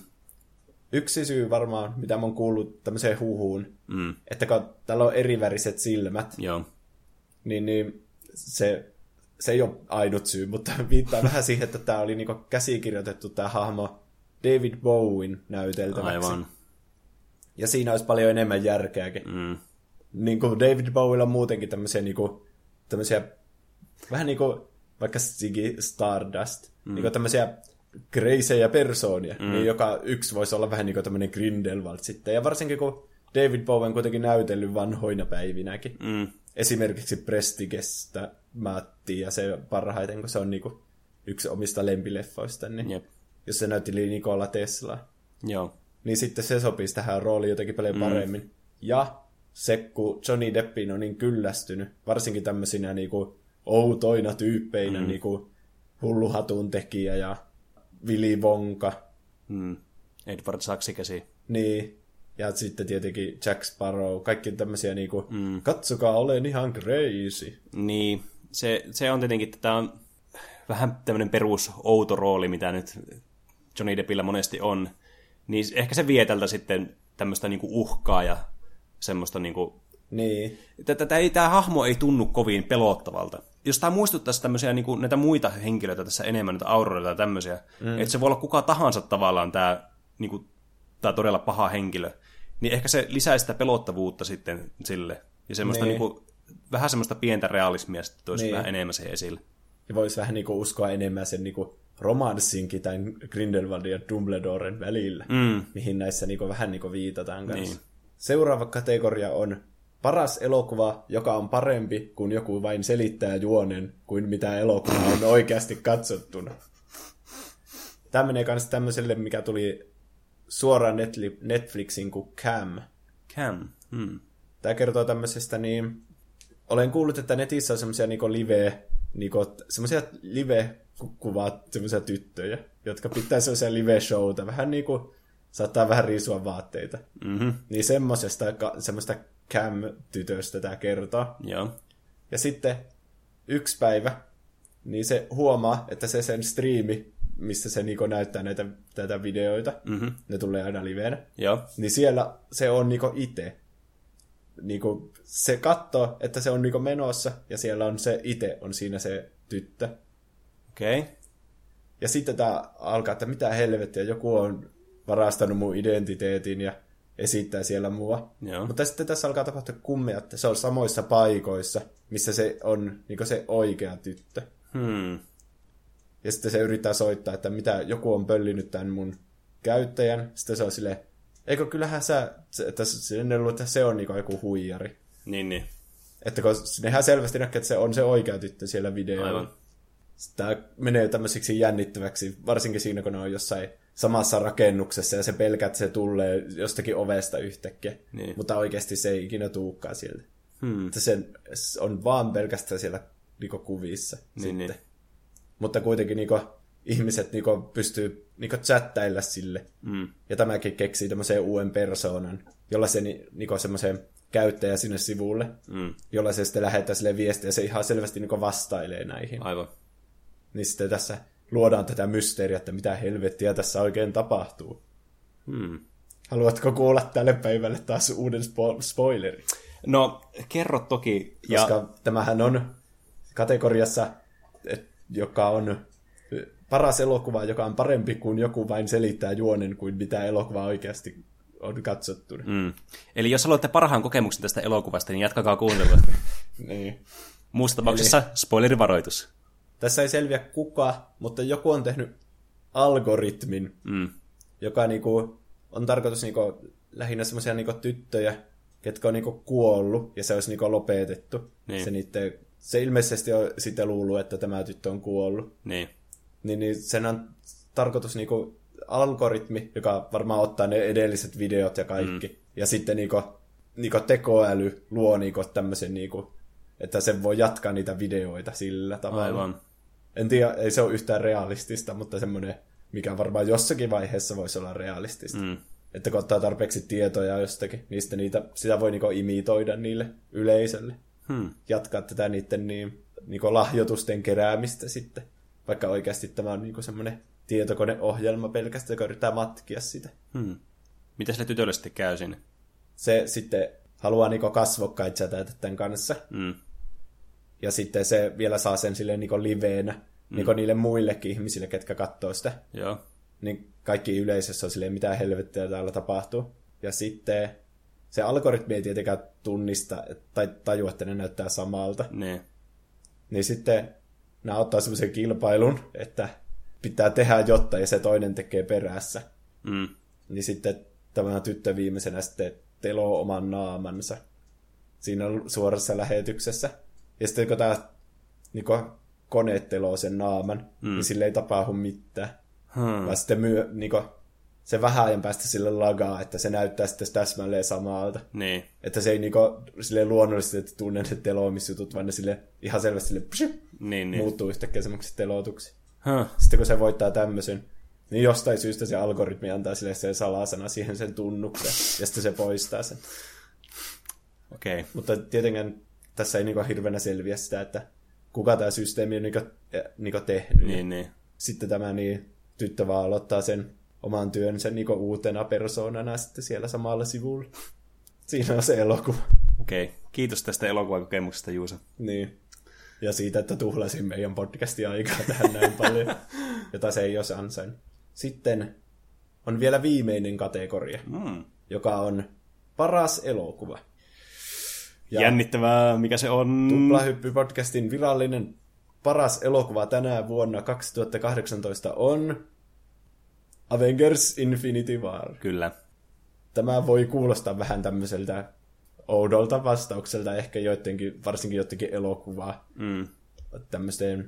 Yksi syy varmaan, mitä mä oon kuullut tämmöiseen huhuun, mm. että kun täällä on eriväriset silmät, Joo. Niin, niin se se ei ole ainut syy, mutta viittaa vähän siihen, että tämä oli niinku käsikirjoitettu tämä hahmo David Bowen näyteltäväksi. Aivan. Ja siinä olisi paljon enemmän järkeäkin. Mm. Niin kuin David Bowiella on muutenkin tämmöisiä, niinku, tämmöisiä vähän niin kuin vaikka Ziggy Stardust, mm. niin kuin tämmöisiä kreisejä persoonia, mm. niin joka yksi voisi olla vähän niin kuin tämmöinen Grindelwald sitten. Ja varsinkin kun David Bowie on kuitenkin näytellyt vanhoina päivinäkin. Mm. Esimerkiksi Prestigestä Matti ja se parhaiten, kun se on niinku yksi omista lempileffoista, niin yep. jos se näytteli Nikola Teslaa. Joo. Niin sitten se sopisi tähän rooliin jotenkin paljon paremmin. Mm. Ja se, kun Johnny Deppin on niin kyllästynyt, varsinkin tämmöisinä niinku outoina tyyppeinä, mm. niinku hulluhatun tekijä ja Willy Wonka. Mm. Edward Saksikäsi. Niin. Ja sitten tietenkin Jack Sparrow, kaikki tämmöisiä niinku, mm. katsokaa, olen ihan crazy. Niin, se, se on tietenkin, että tämä on vähän tämmöinen perus outo rooli, mitä nyt Johnny Deppillä monesti on. Niin ehkä se vie tältä sitten tämmöistä niinku uhkaa ja semmoista niinku... Niin. Tämä hahmo ei tunnu kovin pelottavalta. Jos tämä muistuttaisi tämmöisiä niinku, näitä muita henkilöitä tässä enemmän, näitä Auroreita ja tämmöisiä, mm. että se voi olla kuka tahansa tavallaan tämä niinku, tää todella paha henkilö, niin ehkä se lisäisi sitä pelottavuutta sitten sille. Ja semmoista niin. niinku, vähän semmoista pientä realismia sitten toisi niin. vähän enemmän siihen esille. Ja voisi vähän niinku uskoa enemmän sen niinku romanssinkin tämän Grindelwaldin ja Dumbledoren välillä, mm. mihin näissä niinku vähän niinku viitataan kanssa. Niin. Seuraava kategoria on paras elokuva, joka on parempi kuin joku vain selittää juonen, kuin mitä elokuva on oikeasti katsottuna. Tämä menee kanssa tämmöiselle, mikä tuli suoraan Netflixin kuin Cam. Cam, hmm. Tämä kertoo tämmöisestä, niin olen kuullut, että netissä on semmoisia niinku live, niinku, semmoisia live-kuvat, semmoisia tyttöjä, jotka pitää semmoisia live-showta, vähän niinku, saattaa vähän riisua vaatteita. Mm-hmm. Niin semmoisesta, semmoista Cam-tytöstä tämä kertoo. Joo. Ja sitten yksi päivä, niin se huomaa, että se sen striimi, missä se niinku näyttää näitä, näitä videoita, mm-hmm. ne tulee aina liveenä, Joo. niin siellä se on niinku itse. Niinku, se katsoo, että se on niinku menossa, ja siellä on se itse, on siinä se tyttö. Okei. Okay. Ja sitten tämä alkaa, että mitä helvettiä, joku on varastanut mun identiteetin ja esittää siellä mua. Joo. Mutta sitten tässä alkaa tapahtua kummia, että se on samoissa paikoissa, missä se on niinku se oikea tyttö. Hmm. Ja sitten se yrittää soittaa, että mitä joku on pöllinyt tämän mun käyttäjän. Sitten se on silleen, eikö kyllähän sä, että sinne luulee, että se on niinku joku huijari. Niin, niin. Että kun nehän selvästi näkee, että se on se oikea tyttö siellä videolla. Aivan. Tämä menee tämmöisiksi jännittäväksi, varsinkin siinä, kun ne on jossain samassa rakennuksessa ja se pelkää, että se tulee jostakin ovesta yhtäkkiä. Niin. Mutta oikeasti se ei ikinä tuukaan sieltä. Hmm. Että se on vaan pelkästään siellä niinku kuvissa. Niin, niin. Mutta kuitenkin niinku ihmiset niinku pystyy niinku chattailla sille. Mm. Ja tämäkin keksii tämmöisen uuden persoonan, jolla se niinku semmoisen käyttäjä sinne sivulle, mm. jolla se sitten lähettää sille viestiä, ja se ihan selvästi niinku vastailee näihin. Aivan. Niin sitten tässä luodaan tätä mysteeriä, että mitä helvettiä tässä oikein tapahtuu. Hmm. Haluatko kuulla tälle päivälle taas uuden spo- spoilerin? No, kerro toki. Koska ja... tämähän on kategoriassa, et, joka on paras elokuva, joka on parempi kuin joku vain selittää juonen, kuin mitä elokuva oikeasti on katsottu. Mm. Eli jos haluatte parhaan kokemuksen tästä elokuvasta, niin jatkakaa kuuntelua. Niin. Muussa tapauksessa Eli... spoilerivaroitus. Tässä ei selviä kuka, mutta joku on tehnyt algoritmin, mm. joka niinku on tarkoitus niinku lähinnä semmoisia niinku tyttöjä, ketkä on niinku kuollut, ja se olisi niinku lopetettu. Niin. Se, niitte, se ilmeisesti on sitten luullut, että tämä tyttö on kuollut. Niin. Niin, niin sen on tarkoitus niinku algoritmi, joka varmaan ottaa ne edelliset videot ja kaikki. Mm. Ja sitten niinku, niinku tekoäly luo niinku tämmöisen, niinku, että se voi jatkaa niitä videoita sillä tavalla. Aivan. En tiedä, ei se ole yhtään realistista, mutta semmoinen, mikä varmaan jossakin vaiheessa voisi olla realistista. Mm. Että kun ottaa tarpeeksi tietoja jostakin, niin sitten niitä, sitä voi niinku imitoida niille yleisölle. Hmm. Jatkaa tätä niiden niin, niinku lahjoitusten keräämistä sitten. Vaikka oikeasti tämä on niinku semmoinen tietokoneohjelma pelkästään, joka yrittää matkia sitä. Hmm. Mitä sille tytölle sitten käy sinne? Se sitten haluaa niinku kasvokkaita chatata tämän kanssa. Hmm. Ja sitten se vielä saa sen silleen niin liveenä, mm. niin niille muillekin ihmisille, ketkä katsoo sitä. Joo. Niin kaikki yleisössä on silleen, mitä helvettiä täällä tapahtuu. Ja sitten se algoritmi ei tietenkään tunnista tai tajua, että ne näyttää samalta. Ne. Niin sitten nämä ottaa semmoisen kilpailun, että pitää tehdä jotta, ja se toinen tekee perässä. Mm. Niin sitten tämä tyttö viimeisenä sitten teloo oman naamansa siinä suorassa lähetyksessä. Ja sitten kun tämä niin kun kone teloo sen naaman, mm. niin sille ei tapahdu mitään. Hmm. Vaan sitten myö, niin kun, se vähän ajan päästä sille lagaa, että se näyttää sitten täsmälleen samalta. Niin. Että se ei niin kun, silleen luonnollisesti että tunne ne teloamisjutut, vaan ne sille, ihan selvästi sille, psy, niin, niin. muuttuu yhtäkkiä semmoiksi telotuksi. Huh. Sitten kun se voittaa tämmöisen, niin jostain syystä se algoritmi antaa sille sen salasana siihen sen tunnuksen, ja sitten se poistaa sen. Okei. Okay. Mutta tietenkään tässä ei niinku hirveänä selviä sitä, että kuka tämä systeemi on niinku, niinku tehnyt. Niin, niin. Sitten tämä niin, tyttö vaan aloittaa sen oman työnsä niinku uutena persoonana sitten siellä samalla sivulla. Siinä on se elokuva. Okei. Okay. Kiitos tästä elokuvakokemuksesta, Juuso. Niin. Ja siitä, että tuhlasin meidän podcastin aikaa tähän näin paljon, jota se ei olisi ansainnut. Sitten on vielä viimeinen kategoria, mm. joka on paras elokuva. Ja jännittävää, mikä se on? Tuplahyppy-podcastin virallinen paras elokuva tänä vuonna kaksituhattakahdeksantoista on Avengers Infinity War. Kyllä. Tämä voi kuulostaa vähän tämmöiseltä oudolta vastaukselta, ehkä joidenkin, varsinkin joidenkin elokuvaa mm. tämmöisten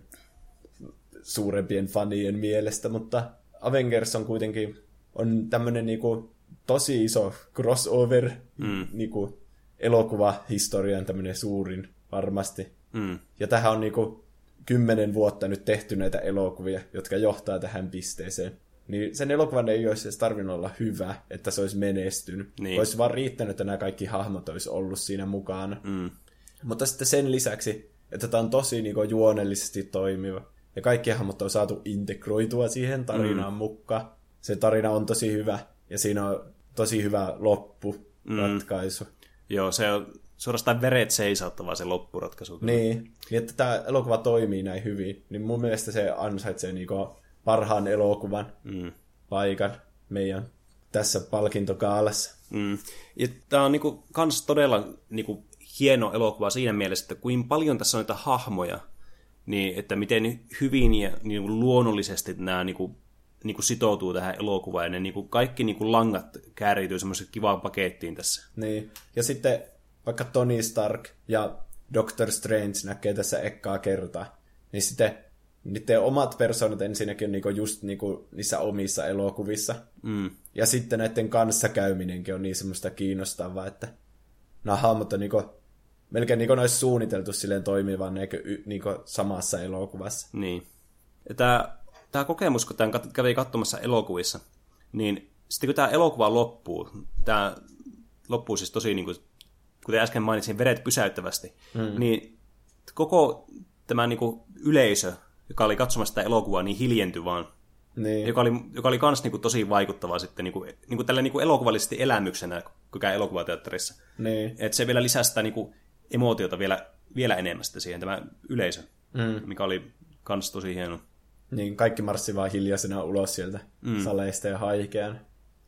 suurempien fanien mielestä, mutta Avengers on kuitenkin on tämmöinen niinku tosi iso crossover mm. niinku elokuvahistorian tämmöinen suurin varmasti. Mm. Ja tähän on niinku kymmenen vuotta nyt tehty näitä elokuvia, jotka johtaa tähän pisteeseen. Niin sen elokuvan ei olisi edes tarvinnut olla hyvä, että se olisi menestynyt. Niin. Olisi vaan riittänyt, että nämä kaikki hahmot olisi ollut siinä mukana. Mm. Mutta sitten sen lisäksi, että tämä on tosi niinku juonellisesti toimiva. Ja kaikki hahmot on saatu integroitua siihen tarinaan mm. mukaan. Se tarina on tosi hyvä, ja siinä on tosi hyvä loppuratkaisu. Mm. Joo, se on suorastaan veret seisauttava se loppuratkaisu. Niin, niin että tämä elokuva toimii näin hyvin. Niin mun mielestä se ansaitsee niinku parhaan elokuvan mm. paikan meidän tässä palkintokaalassa. Mm. Ja tämä on niinku kans todella niinku hieno elokuva siinä mielessä, että kuinka paljon tässä on näitä hahmoja, niin että miten hyvin ja niinku luonnollisesti nämä niinku, niinku sitoutuu tähän elokuvaan, ja ne niinku, kaikki niinku langat kääriytyy semmoiseen kivaan pakettiin tässä. Niin, ja sitten vaikka Tony Stark ja Doctor Strange näkee tässä ekkaa kertaa, niin sitten niiden omat persoonat ensinnäkin on niinku just niinku niissä omissa elokuvissa. Mm. Ja sitten näiden kanssakäyminenkin on niin semmoista kiinnostavaa, että nämä hahmot on niinku, melkein niinku ne olisi suunniteltu silleen toimivan niinku samassa elokuvassa. Niin. Tämä, tämä kokemus, kun tämän kävi katsomassa elokuvissa, niin sitten kun tämä elokuva loppuu, tämä loppuu siis tosi, niin kuin, kuten äsken mainitsin, veret pysäyttävästi, mm. niin koko tämä niin kuin yleisö, joka oli katsomassa sitä elokuvaa, niin hiljentyi vaan. Niin. Joka oli, joka oli kans niinku tosi vaikuttavaa sitten niinku, niinku tällä niinku elokuvallisesti elämyksenä, kun käy elokuvateatterissa. Niin. Että se vielä lisää sitä niinku emootiota vielä, vielä enemmän siihen, tämä yleisö, mm. mikä oli kans tosi hieno. Niin, kaikki marssi vaan hiljaisena ulos sieltä mm. saleista ja haikean.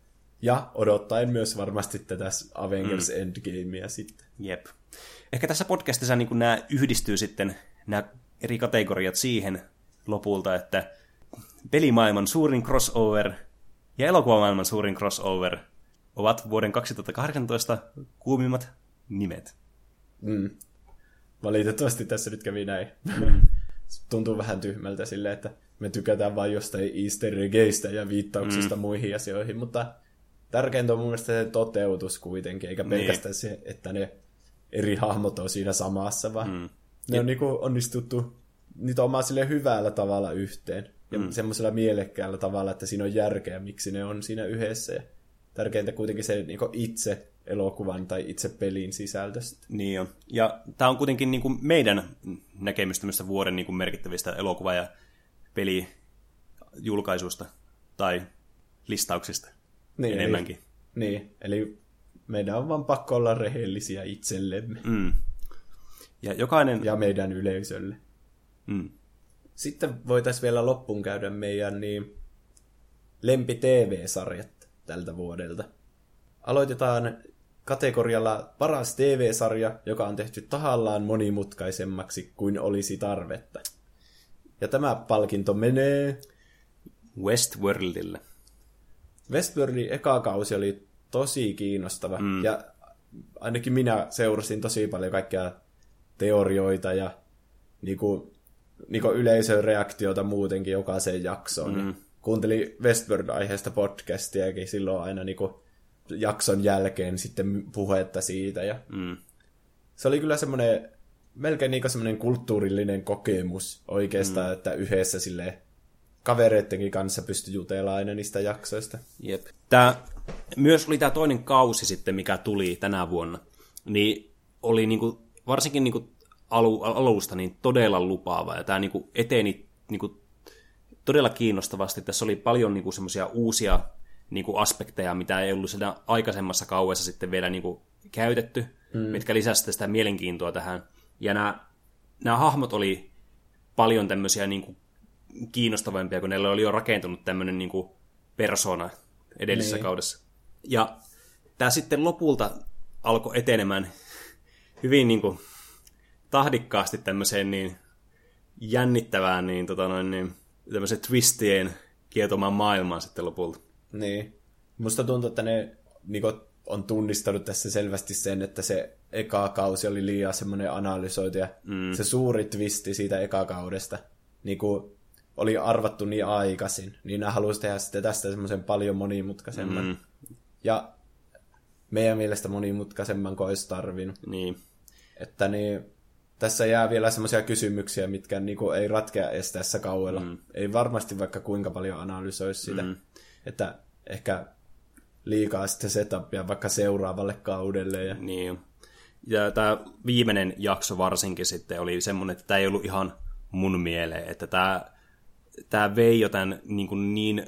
Ja odottaen myös varmasti tätä Avengers mm. Endgamea sitten. Jep. Ehkä tässä podcastissa niin nämä yhdistyy sitten, nämä eri kategoriat siihen lopulta, että pelimaailman suurin crossover ja elokuvamaailman suurin crossover ovat vuoden kaksituhattakahdeksantoista kuumimmat nimet. Mm. Valitettavasti tässä nyt kävi näin. Mm. Tuntuu vähän tyhmältä silleen, että me tykätään vain jostain easter eggeistä ja viittauksista mm. muihin asioihin, mutta tärkeintä on mun mielestä se toteutus kuitenkin, eikä pelkästään niin. se, että ne eri hahmot on siinä samassa, vaan mm. ne on niinku onnistuttu niitä omaa sille hyvällä tavalla yhteen ja mm. semmoisella mielekkäällä tavalla, että siinä on järkeä, miksi ne on siinä yhdessä. Ja tärkeintä kuitenkin se niinku itse elokuvan tai itse pelin sisältöstä. Niin on. Ja tämä on kuitenkin niinku meidän näkemys tämmöistä vuoden niinku merkittävistä elokuva- ja pelijulkaisuista tai listauksista niin, enemmänkin. Eli, niin, eli meidän on vaan pakko olla rehellisiä itsellemme. Mm. Ja jokainen... Ja meidän yleisölle. Mm. Sitten voitaisiin vielä loppuun käydä meidän niin lempi-T V-sarjat tältä vuodelta. Aloitetaan kategorialla paras T V-sarja, joka on tehty tahallaan monimutkaisemmaksi kuin olisi tarvetta. Ja tämä palkinto menee... Westworldille. Westworldin eka kausi oli tosi kiinnostava. Mm. Ja ainakin minä seurasin tosi paljon kaikkia teorioita ja niinku, niinku yleisön reaktiota muutenkin jokaiseen jaksoon. Mm. Kuuntelin Westworld-aiheesta podcastiakin silloin aina niinku jakson jälkeen sitten puhetta siitä. Ja mm. se oli kyllä semmoinen melkein niinku semmoinen kulttuurillinen kokemus oikeastaan, mm. että yhdessä silleen kavereittenkin kanssa pystyi jutelemaan aina niistä jaksoista. Jep. Tää, myös oli tämä toinen kausi sitten, mikä tuli tänä vuonna, niin oli niinku, varsinkin niinku alu, alusta niin todella lupaava, ja tämä niinku eteni niinku todella kiinnostavasti. Tässä oli paljon niinku semmoisia uusia niinku aspekteja, mitä ei ollut siinä aikaisemmassa kauessa sitten vielä niinku käytetty, mm. mitkä lisäsivät sitä mielenkiintoa tähän. Ja nämä, nämä hahmot oli paljon tämmöisiä niinku kiinnostavampia, kun neillä oli jo rakentunut tämmöinen niin kuin persona edellisessä niin. kaudessa. Ja tämä sitten lopulta alkoi etenemään hyvin niin kuin tahdikkaasti tämmöiseen niin jännittävään niin, tota noin, niin, tämmöiseen twistien kietomaan maailmaan sitten lopulta. Niin. Musta tuntuu, että ne niin kuin, on tunnistanut tässä selvästi sen, että se eka kausi oli liian semmoinen analysoitu ja mm. se suuri twisti siitä eka kaudesta niin kuin oli arvattu niin aikaisin, niin nämä halusi tehdä sitten tästä semmoisen paljon monimutkaisemman. Mm. Ja meidän mielestä monimutkaisemman kuin olisi tarvinnut. Niin. Että niin, tässä jää vielä semmoisia kysymyksiä, mitkä niin kuin ei ratkea edes tässä kauella. Mm. Ei varmasti vaikka kuinka paljon analysoisi sitä. Mm. Että ehkä liikaa sitten setupia vaikka seuraavalle kaudelle. Ja... Niin. Ja tämä viimeinen jakso varsinkin sitten oli semmoinen, että tämä ei ollut ihan mun mieleen, että tämä Tämä vei jo tämän niin, kuin niin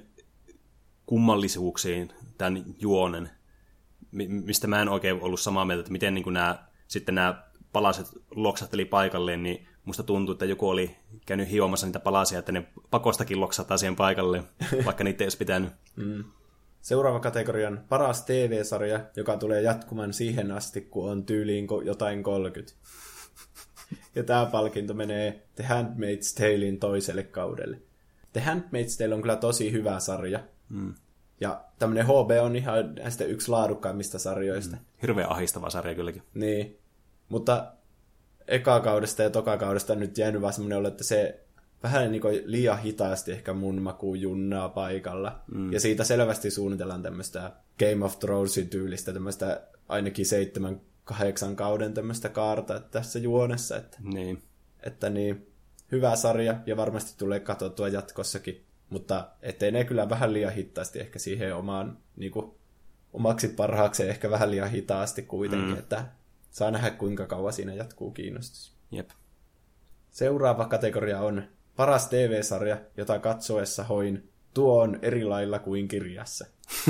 kummallisuuksiin, tämän juonen, mistä mä en oikein ollut samaa mieltä, että miten niin kuin nämä, sitten nämä palaset loksahteli paikalleen, niin musta tuntuu, että joku oli käynyt hiomassa niitä palasia, että ne pakostakin loksahtaa siihen paikalleen, vaikka niitä ei olisi pitänyt. Mm. Seuraava kategoria on paras T V-sarja, joka tulee jatkumaan siihen asti, kun on tyyliin jotain kolmekymmentä. Ja tämä palkinto menee The Handmaid's Talein toiselle kaudelle. The Handmaid's Tale on kyllä tosi hyvä sarja. Mm. Ja tämmönen H B on ihan näistä yksi laadukkaimmista sarjoista. Mm. Hirveän ahistava sarja kylläkin. Niin. Mutta eka kaudesta ja toka kaudesta on nyt jäänyt vaan semmoinen olo, että se vähän niin kuin liian hitaasti ehkä mun makuun junnaa paikalla. Mm. Ja siitä selvästi suunnitellaan tämmöistä Game of Thronesin tyylistä, tämmöistä ainakin seitsemän, kahdeksan kauden tämmöistä kaarta tässä juonessa. Että, niin. että niin, hyvä sarja ja varmasti tulee katsottua jatkossakin, mutta etenee kyllä vähän liian hitaasti ehkä siihen omaan niin kuin, omaksi parhaakseen ehkä vähän liian hitaasti kuitenkin, mm. että saa nähdä kuinka kauan siinä jatkuu kiinnostus. Jep. Seuraava kategoria on paras T V-sarja, jota katsoessa hoin tuo on eri lailla kuin kirjassa.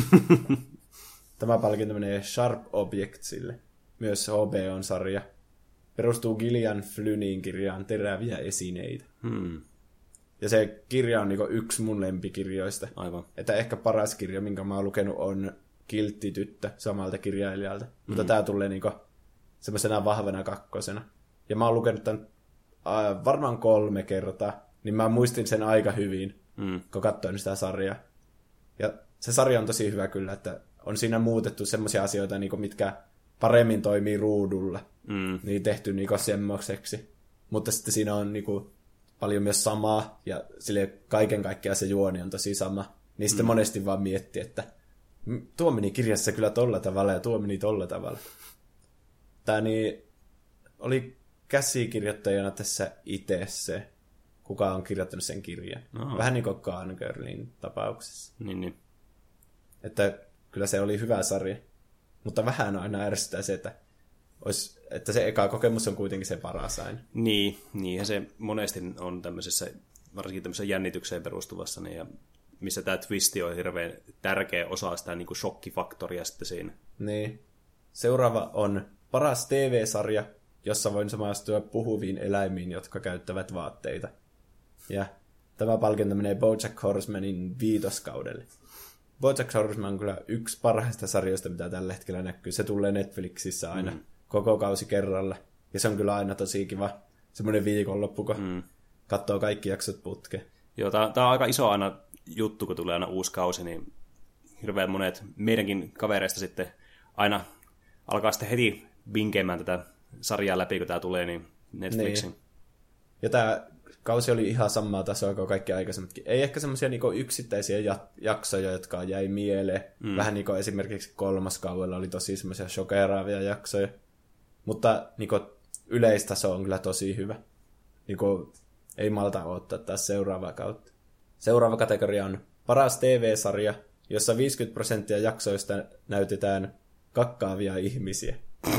Tämä palkinto menee Sharp Objectsille. Myös H B O-sarja. Perustuu Gillian Flynnin kirjaan Teräviä esineitä. Hmm. Ja se kirja on niinku yksi mun lempikirjoista. Aivan. Että ehkä paras kirja, minkä mä oon lukenut, on Kiltti tyttö samalta kirjailijalta. Hmm. Mutta tää tulee niinku semmoisena vahvana kakkosena. Ja mä oon lukenut tämän äh, varmaan kolme kertaa. Niin mä muistin sen aika hyvin, hmm. kun katsoin sitä sarjaa. Ja se sarja on tosi hyvä kyllä, että on siinä muutettu semmoisia asioita, niinku, mitkä paremmin toimii ruudulla. Mm. Niin tehty niinku semmoiseksi. Mutta sitten siinä on niinku paljon myös samaa, ja sille kaiken kaikkiaan se juoni on tosi sama. Niin sitten mm. monesti vaan miettii, että tuo meni kirjassa kyllä tolla tavalla, ja tuo meni tolla tavalla. Tää niin oli käsikirjoittajana tässä itse se, kuka on kirjoittanut sen kirjan. Oho. Vähän niin kuin Gone Girlin tapauksessa. Niin, niin. Että kyllä se oli hyvä sarja. Mutta vähän aina ärsyttää se, että, olisi, että se eka kokemus on kuitenkin se paras aina. Niin, niinhän se monesti on tämmöisessä, varsinkin tämmöisessä jännitykseen perustuvassa, niin, ja missä tämä twisti on hirveän tärkeä osa sitä niin kuin shokkifaktoria sitten siinä. Niin. Seuraava on paras T V-sarja, jossa voin samastua puhuviin eläimiin, jotka käyttävät vaatteita. Ja tämä palkinto menee BoJack Horsemanin viitoskaudelle. BoJack Horseman on kyllä yksi parhaista sarjoista, mitä tällä hetkellä näkyy. Se tulee Netflixissä aina mm. koko kausi kerralla. Ja se on kyllä aina tosi kiva. Semmoinen viikonloppu, kun mm. katsoo kaikki jaksot putkeen. Joo, tää, tää on aika iso aina juttu, kun tulee aina uusi kausi, niin hirveän monet meidänkin kavereista sitten aina alkaa sitten heti vinkeämään tätä sarjaa läpi, kun tää tulee, niin Netflixin. Niin. Ja tää kausi oli ihan samaa tasoa kuin kaikki aikaisemmatkin. Ei ehkä semmoisia niinku yksittäisiä jaksoja, jotka jäi mieleen. Mm. Vähän niin kuin esimerkiksi kolmas kaudella oli tosi semmoisia shokeraavia jaksoja. Mutta niinku yleistaso on kyllä tosi hyvä. Niinku ei malta odottaa taas seuraavaa kautta. Seuraava kategoria on paras T V-sarja, jossa viisikymmentä prosenttia jaksoista näytetään kakkaavia ihmisiä.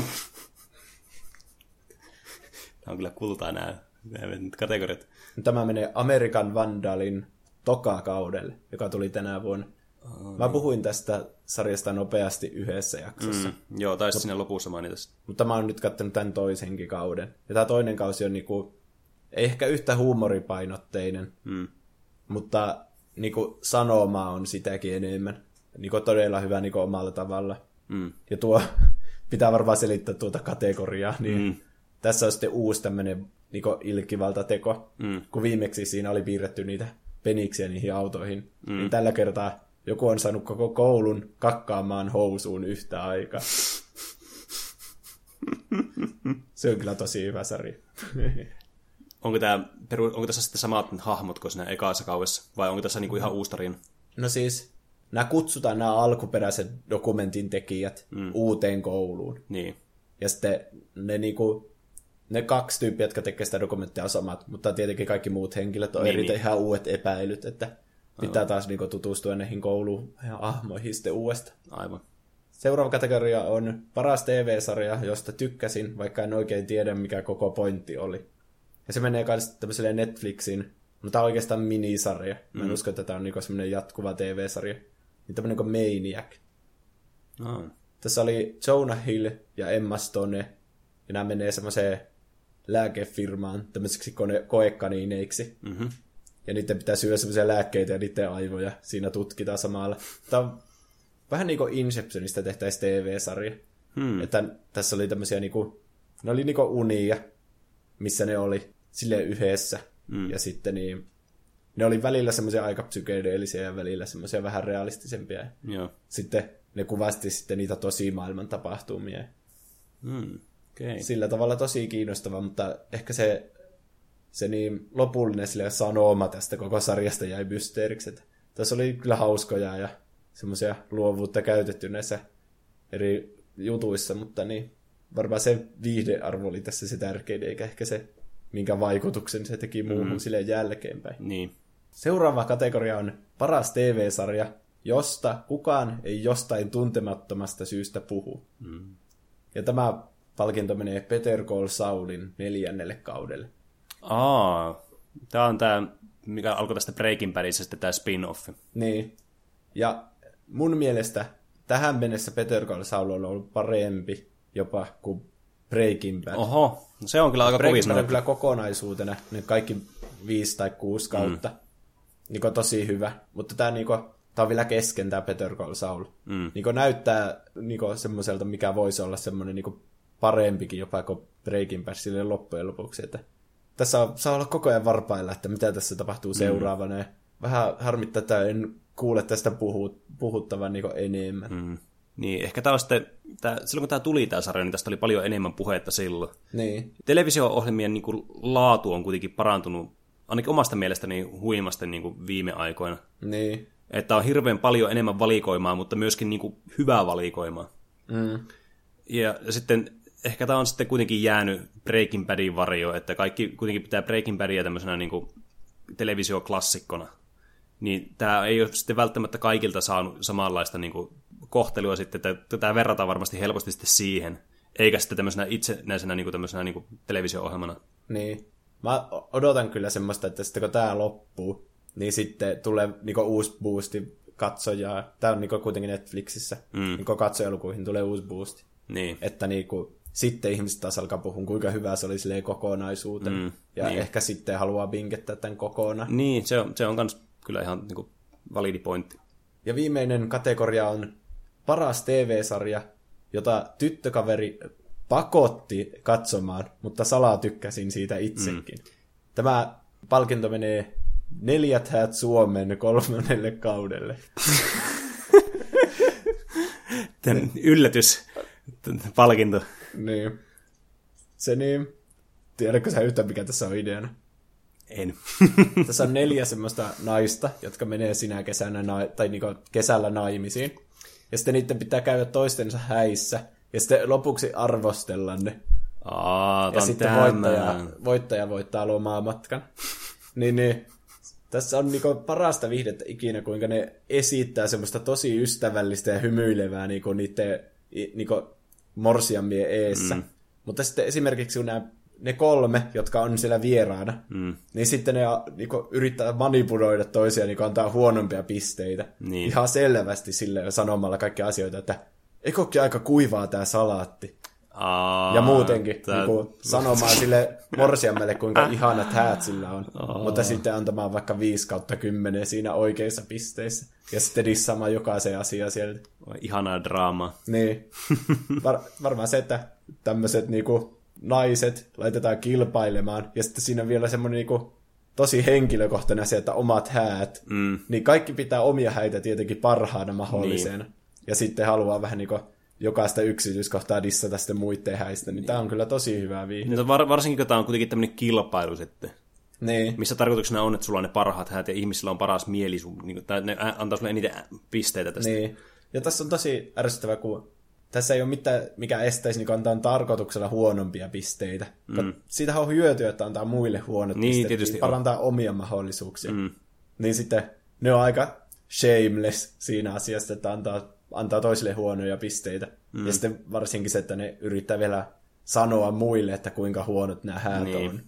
Tämä on kyllä kultaa nämä, nämä kategoriat. Tämä menee American Vandalin toka-kaudelle, joka tuli tänä vuonna. Oh, mä puhuin tästä sarjasta nopeasti yhdessä jaksossa. Mm, joo, taisi Mut, siinä lopussa mainita. Mutta mä oon nyt katsonut tämän toisenkin kauden. Ja tämä toinen kausi on niinku, ei ehkä yhtä huumoripainotteinen, mm. mutta niinku sanoma on sitäkin enemmän. Niinku todella hyvä niinku omalla tavalla. Mm. Ja tuo, pitää varmaan selittää tuota kategoriaa, niin mm. tässä on sitten uusi tämmöinen niinku ilkivaltateko, mm. kun viimeksi siinä oli piirretty niitä peniksiä niihin autoihin. Mm. Niin tällä kertaa joku on saanut koko koulun kakkaamaan housuun yhtä aikaa. Se on kyllä tosi hyvä sarja. Onko, tää, onko tässä sitten samat hahmot kuin siinä ekaassa kaudessa, vai onko tässä niinku ihan uusi tarina? No siis, nämä kutsutaan nämä alkuperäiset dokumentin tekijät mm. uuteen kouluun. Niin. Ja sitten ne, niinku, ne kaksi tyyppiä, jotka tekee sitä dokumenttia, on samat, mutta tietenkin kaikki muut henkilöt on niin, eri, niin. ihan uudet epäilyt, että pitää taas niinku tutustua näihin kouluun ja ahmoihin sitten uudestaan. Aivan. Seuraava kategoria on paras T V-sarja, josta tykkäsin, vaikka en oikein tiedä, mikä koko pointti oli. Ja se menee myös tämmöiselle Netflixin, mutta tämä on oikeastaan minisarja. Mä en mm. usko, että tämä on niinku semmoinen jatkuva T V-sarja. Niin tämmöinen kuin Maniac. Oh. Tässä oli Jonah Hill ja Emma Stone, ja nämä menee semmoiseen lääkefirmaan tämmöiseksi kone- koekaniineiksi. Mm-hmm. Ja niiden pitää syödä semmoisia lääkkeitä ja niiden aivoja. Siinä tutkitaan samalla. Tämä on vähän niin kuin Inceptionista tehtäisiin T V-sarja. Hmm. Että tässä oli tämmöisiä niinku, ne oli niinku unia, missä ne oli silleen yhdessä. Hmm. Ja sitten niin, ne oli välillä semmoisia aika psykedeellisiä ja välillä semmoisia vähän realistisempia. Joo. Sitten ne kuvasti sitten niitä tosi maailman tapahtumia. Hmm. Okay. Sillä tavalla tosi kiinnostava, mutta ehkä se, se niin lopullinen sanoma tästä koko sarjasta jäi mysteeriksi. Tässä oli kyllä hauskoja ja semmoisia luovuutta käytetty näissä eri jutuissa, mutta niin varmaan se viihdearvo oli tässä se tärkein, eikä ehkä se, minkä vaikutuksen se teki muuhun mm. silleen jälkeenpäin. Niin. Seuraava kategoria on paras T V-sarja, josta kukaan ei jostain tuntemattomasta syystä puhu. Mm. Ja tämä palkinto menee Better Call Saulin neljännelle kaudelle. Aa, tämä on tämä, mikä alkoi tästä Breaking Badissa sitten tämä spin-offi. Niin, ja mun mielestä tähän mennessä Better Call Saul on ollut parempi jopa kuin Breaking Bad. Oho, no se on kyllä aika kovin sanottu. Breaking Bad on kyllä kokonaisuutena, ne kaikki viisi tai kuusi kautta. Mm. Niin on tosi hyvä, mutta tämä, niin kuin, tämä on vielä kesken tämä Better Call Saul. Mm. Niin näyttää niin semmoiselta, mikä voisi olla semmoinen niin parempikin jopa kuin Breaking Bad silleen loppujen lopuksi. Että tässä on, saa olla koko ajan varpailla, että mitä tässä tapahtuu seuraavana. Mm. Vähän harmittaa, että en kuule tästä puhut, puhuttavan niin enemmän. Mm. Niin, ehkä tämä on sitten, tämä, silloin kun tämä tuli tämä sarja, niin tästä oli paljon enemmän puhetta silloin. Niin. Televisio-ohjelmien niin kuin, laatu on kuitenkin parantunut, ainakin omasta mielestäni huimasti niin kuin viime aikoina. Niin. Että on hirveän paljon enemmän valikoimaa, mutta myöskin niin kuin, hyvää valikoimaa. Mm. Ja, ja sitten ehkä tämä on sitten kuitenkin jäänyt Breaking Badin varjoon, että kaikki kuitenkin pitää Breaking Badia tämmöisenä niin kuin, televisioklassikkona. Niin tämä ei ole sitten välttämättä kaikilta saanut samanlaista niin kuin, kohtelua sitten, että tämä verrataan varmasti helposti sitten siihen, eikä sitten tämmöisenä itsenäisenä niin kuin, tämmöisenä niin kuin televisio-ohjelmana. Niin. Mä odotan kyllä semmoista, että sitten kun tämä loppuu, niin sitten tulee niin kuin, uusi boosti katsojaa. Tämä on niin kuin, kuitenkin Netflixissä. Mm. Niin kuin katsojalukuihin tulee uusi boosti. Niin. Että niin kuin, sitten ihmiset taas alkaa puhua, kuinka hyvä se oli silleen kokonaisuutena. Mm, ja niin. ehkä sitten haluaa vinkettää tämän kokonaan. Niin, se on, se on kans kyllä ihan niin kuin validi pointti. Ja viimeinen kategoria on paras T V-sarja, jota tyttökaveri pakotti katsomaan, mutta salaa tykkäsin siitä itsekin. Mm. Tämä palkinto menee Neljät häät Suomen kolmannelle kaudelle. Tän yllätys palkinto. Niin. Se niin. Tiedätkö sä yhtään, mikä tässä on ideana? En. Tässä on neljä semmoista naista, jotka menee sinä kesänä na- tai niinku kesällä naimisiin. Ja sitten niiden pitää käydä toistensa häissä. Ja sitten lopuksi arvostella ne. Aa, ja sitten voittaja, voittaja voittaa lomaa matkan. niin, niin. Tässä on niinku parasta viihdettä ikinä, kuinka ne esittää semmoista tosi ystävällistä ja hymyilevää niinku niiden niinku morsiammien eessä. Mm. Mutta sitten esimerkiksi kun nämä, ne kolme, jotka on siellä vieraana, mm. niin sitten ne niinku yrittää manipuloida toisia, niinku antaa huonompia pisteitä. Niin. Ihan selvästi sille sanomalla kaikkia asioita, että eikö olekin aika kuivaa tää salaatti. Aa, ja muutenkin tää... niin sanomaan sille morsiammelle, kuinka ihanat häät sillä on. Aa. Mutta sitten antamaan vaikka viisi kautta kymmenen siinä oikeissa pisteissä. Ja sitten dissaamaan jokaisen asian sieltä. Ihanaa draamaa. Niin. Var, varmaan se, että tämmöiset niinku naiset laitetaan kilpailemaan. Ja sitten siinä on vielä semmoinen niinku tosi henkilökohtainen asia, että omat häät. Mm. Niin kaikki pitää omia häitä tietenkin parhaana mahdollisena. Niin. Ja sitten haluaa vähän niinku jokaista yksityiskohtaa dissata sitten muiden häistä, niin, niin. Tämä on kyllä tosi hyvää viihdettä. Niin, var, varsinkin, kun tämä on kuitenkin tämmöinen kilpailu sitten. Niin. Missä tarkoituksena on, että sulla on ne parhaat häät ja ihmisillä on paras mieli, sun, niin, tai ne antaa sulle eniten pisteitä tästä. Niin. Ja tässä on tosi ärsyttävää, kun tässä ei ole mitään, mikä estäisi niin antaa tarkoituksella huonompia pisteitä. Mm. Siitä on hyötyä, että antaa muille huonot niin, pisteet, tietysti niin parantaa on. omia mahdollisuuksia. Mm. Niin sitten ne on aika shameless siinä asiassa, että antaa antaa toisille huonoja pisteitä. Mm. Ja sitten varsinkin se, että ne yrittää vielä sanoa muille, että kuinka huonot nämä häät niin. on.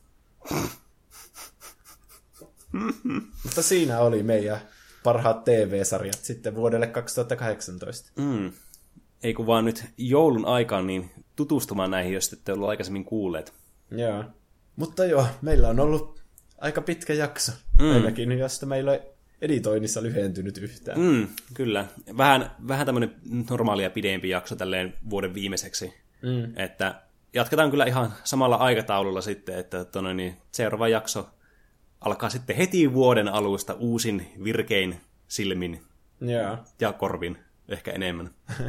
Mutta siinä oli meidän parhaat T V-sarjat sitten vuodelle kaksituhattakahdeksantoista. Mm. Ei kun vaan nyt joulun aikaan niin tutustumaan näihin, jos ette ollut aikaisemmin kuulleet. Joo. Mutta joo, meillä on ollut aika pitkä jakso. Mm. Ainakin, josta meillä on editoinnissa lyhentynyt yhtään. Mm, kyllä. Vähän, vähän tämmöinen normaalia pidempi jakso tälleen vuoden viimeiseksi. Mm. Että jatketaan kyllä ihan samalla aikataululla sitten, että tonne, niin seuraava jakso alkaa sitten heti vuoden alusta uusin virkein silmin yeah. ja korvin ehkä enemmän.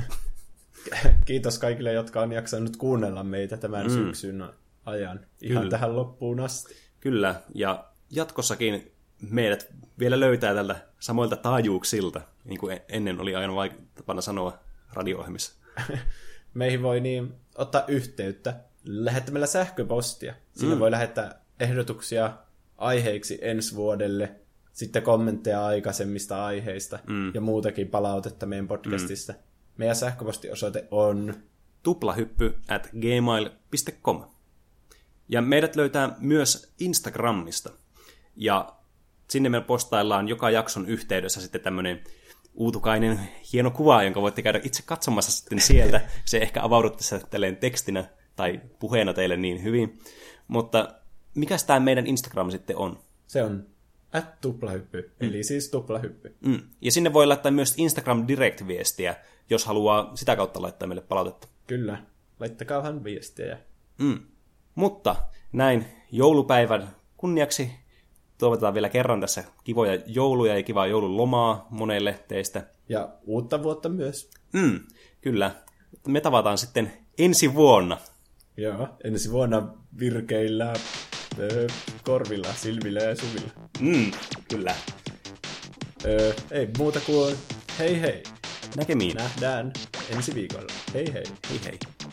Kiitos kaikille, jotka on jaksanut kuunnella meitä tämän mm. syksyn ajan ihan kyllä. tähän loppuun asti. Kyllä, ja jatkossakin meidät vielä löytää tältä samoilta taajuuksilta, niin kuin ennen oli aina vaik- tapana sanoa radio-ohjelmissa. Meihin voi niin ottaa yhteyttä lähettämällä sähköpostia. Sinne mm. voi lähettää ehdotuksia aiheiksi ensi vuodelle, sitten kommentteja aikaisemmista aiheista mm. ja muutakin palautetta meidän podcastista. Mm. Meidän sähköpostiosoite on tuplahyppy at gmail piste com. Ja meidät löytää myös Instagramista. Ja sinne me postaillaan joka jakson yhteydessä sitten tämmöinen uutukainen hieno kuva, jonka voitte käydä itse katsomassa sitten sieltä. Se ehkä avaudu tässä tälleen tekstinä tai puheena teille niin hyvin. Mutta mikäs tämä meidän Instagram sitten on? Se on at tuplahyppy, mm. eli siis tuplahyppy. Mm. Ja sinne voi laittaa myös Instagram Direct-viestiä, jos haluaa sitä kautta laittaa meille palautetta. Kyllä, laittakaahan viestiä. Mm. Mutta näin joulupäivän kunniaksi toivotetaan vielä kerran tässä kivoja jouluja ja kivaa joululomaa monelle teistä. Ja uutta vuotta myös. Mm, kyllä. Me tavataan sitten ensi vuonna. Joo, ensi vuonna virkeillä, öö, korvilla, silmillä ja suvilla. Mm, kyllä. Öö, ei muuta kuin hei hei. Näkemiin. Nähdään ensi viikolla. Hei hei. Hei hei.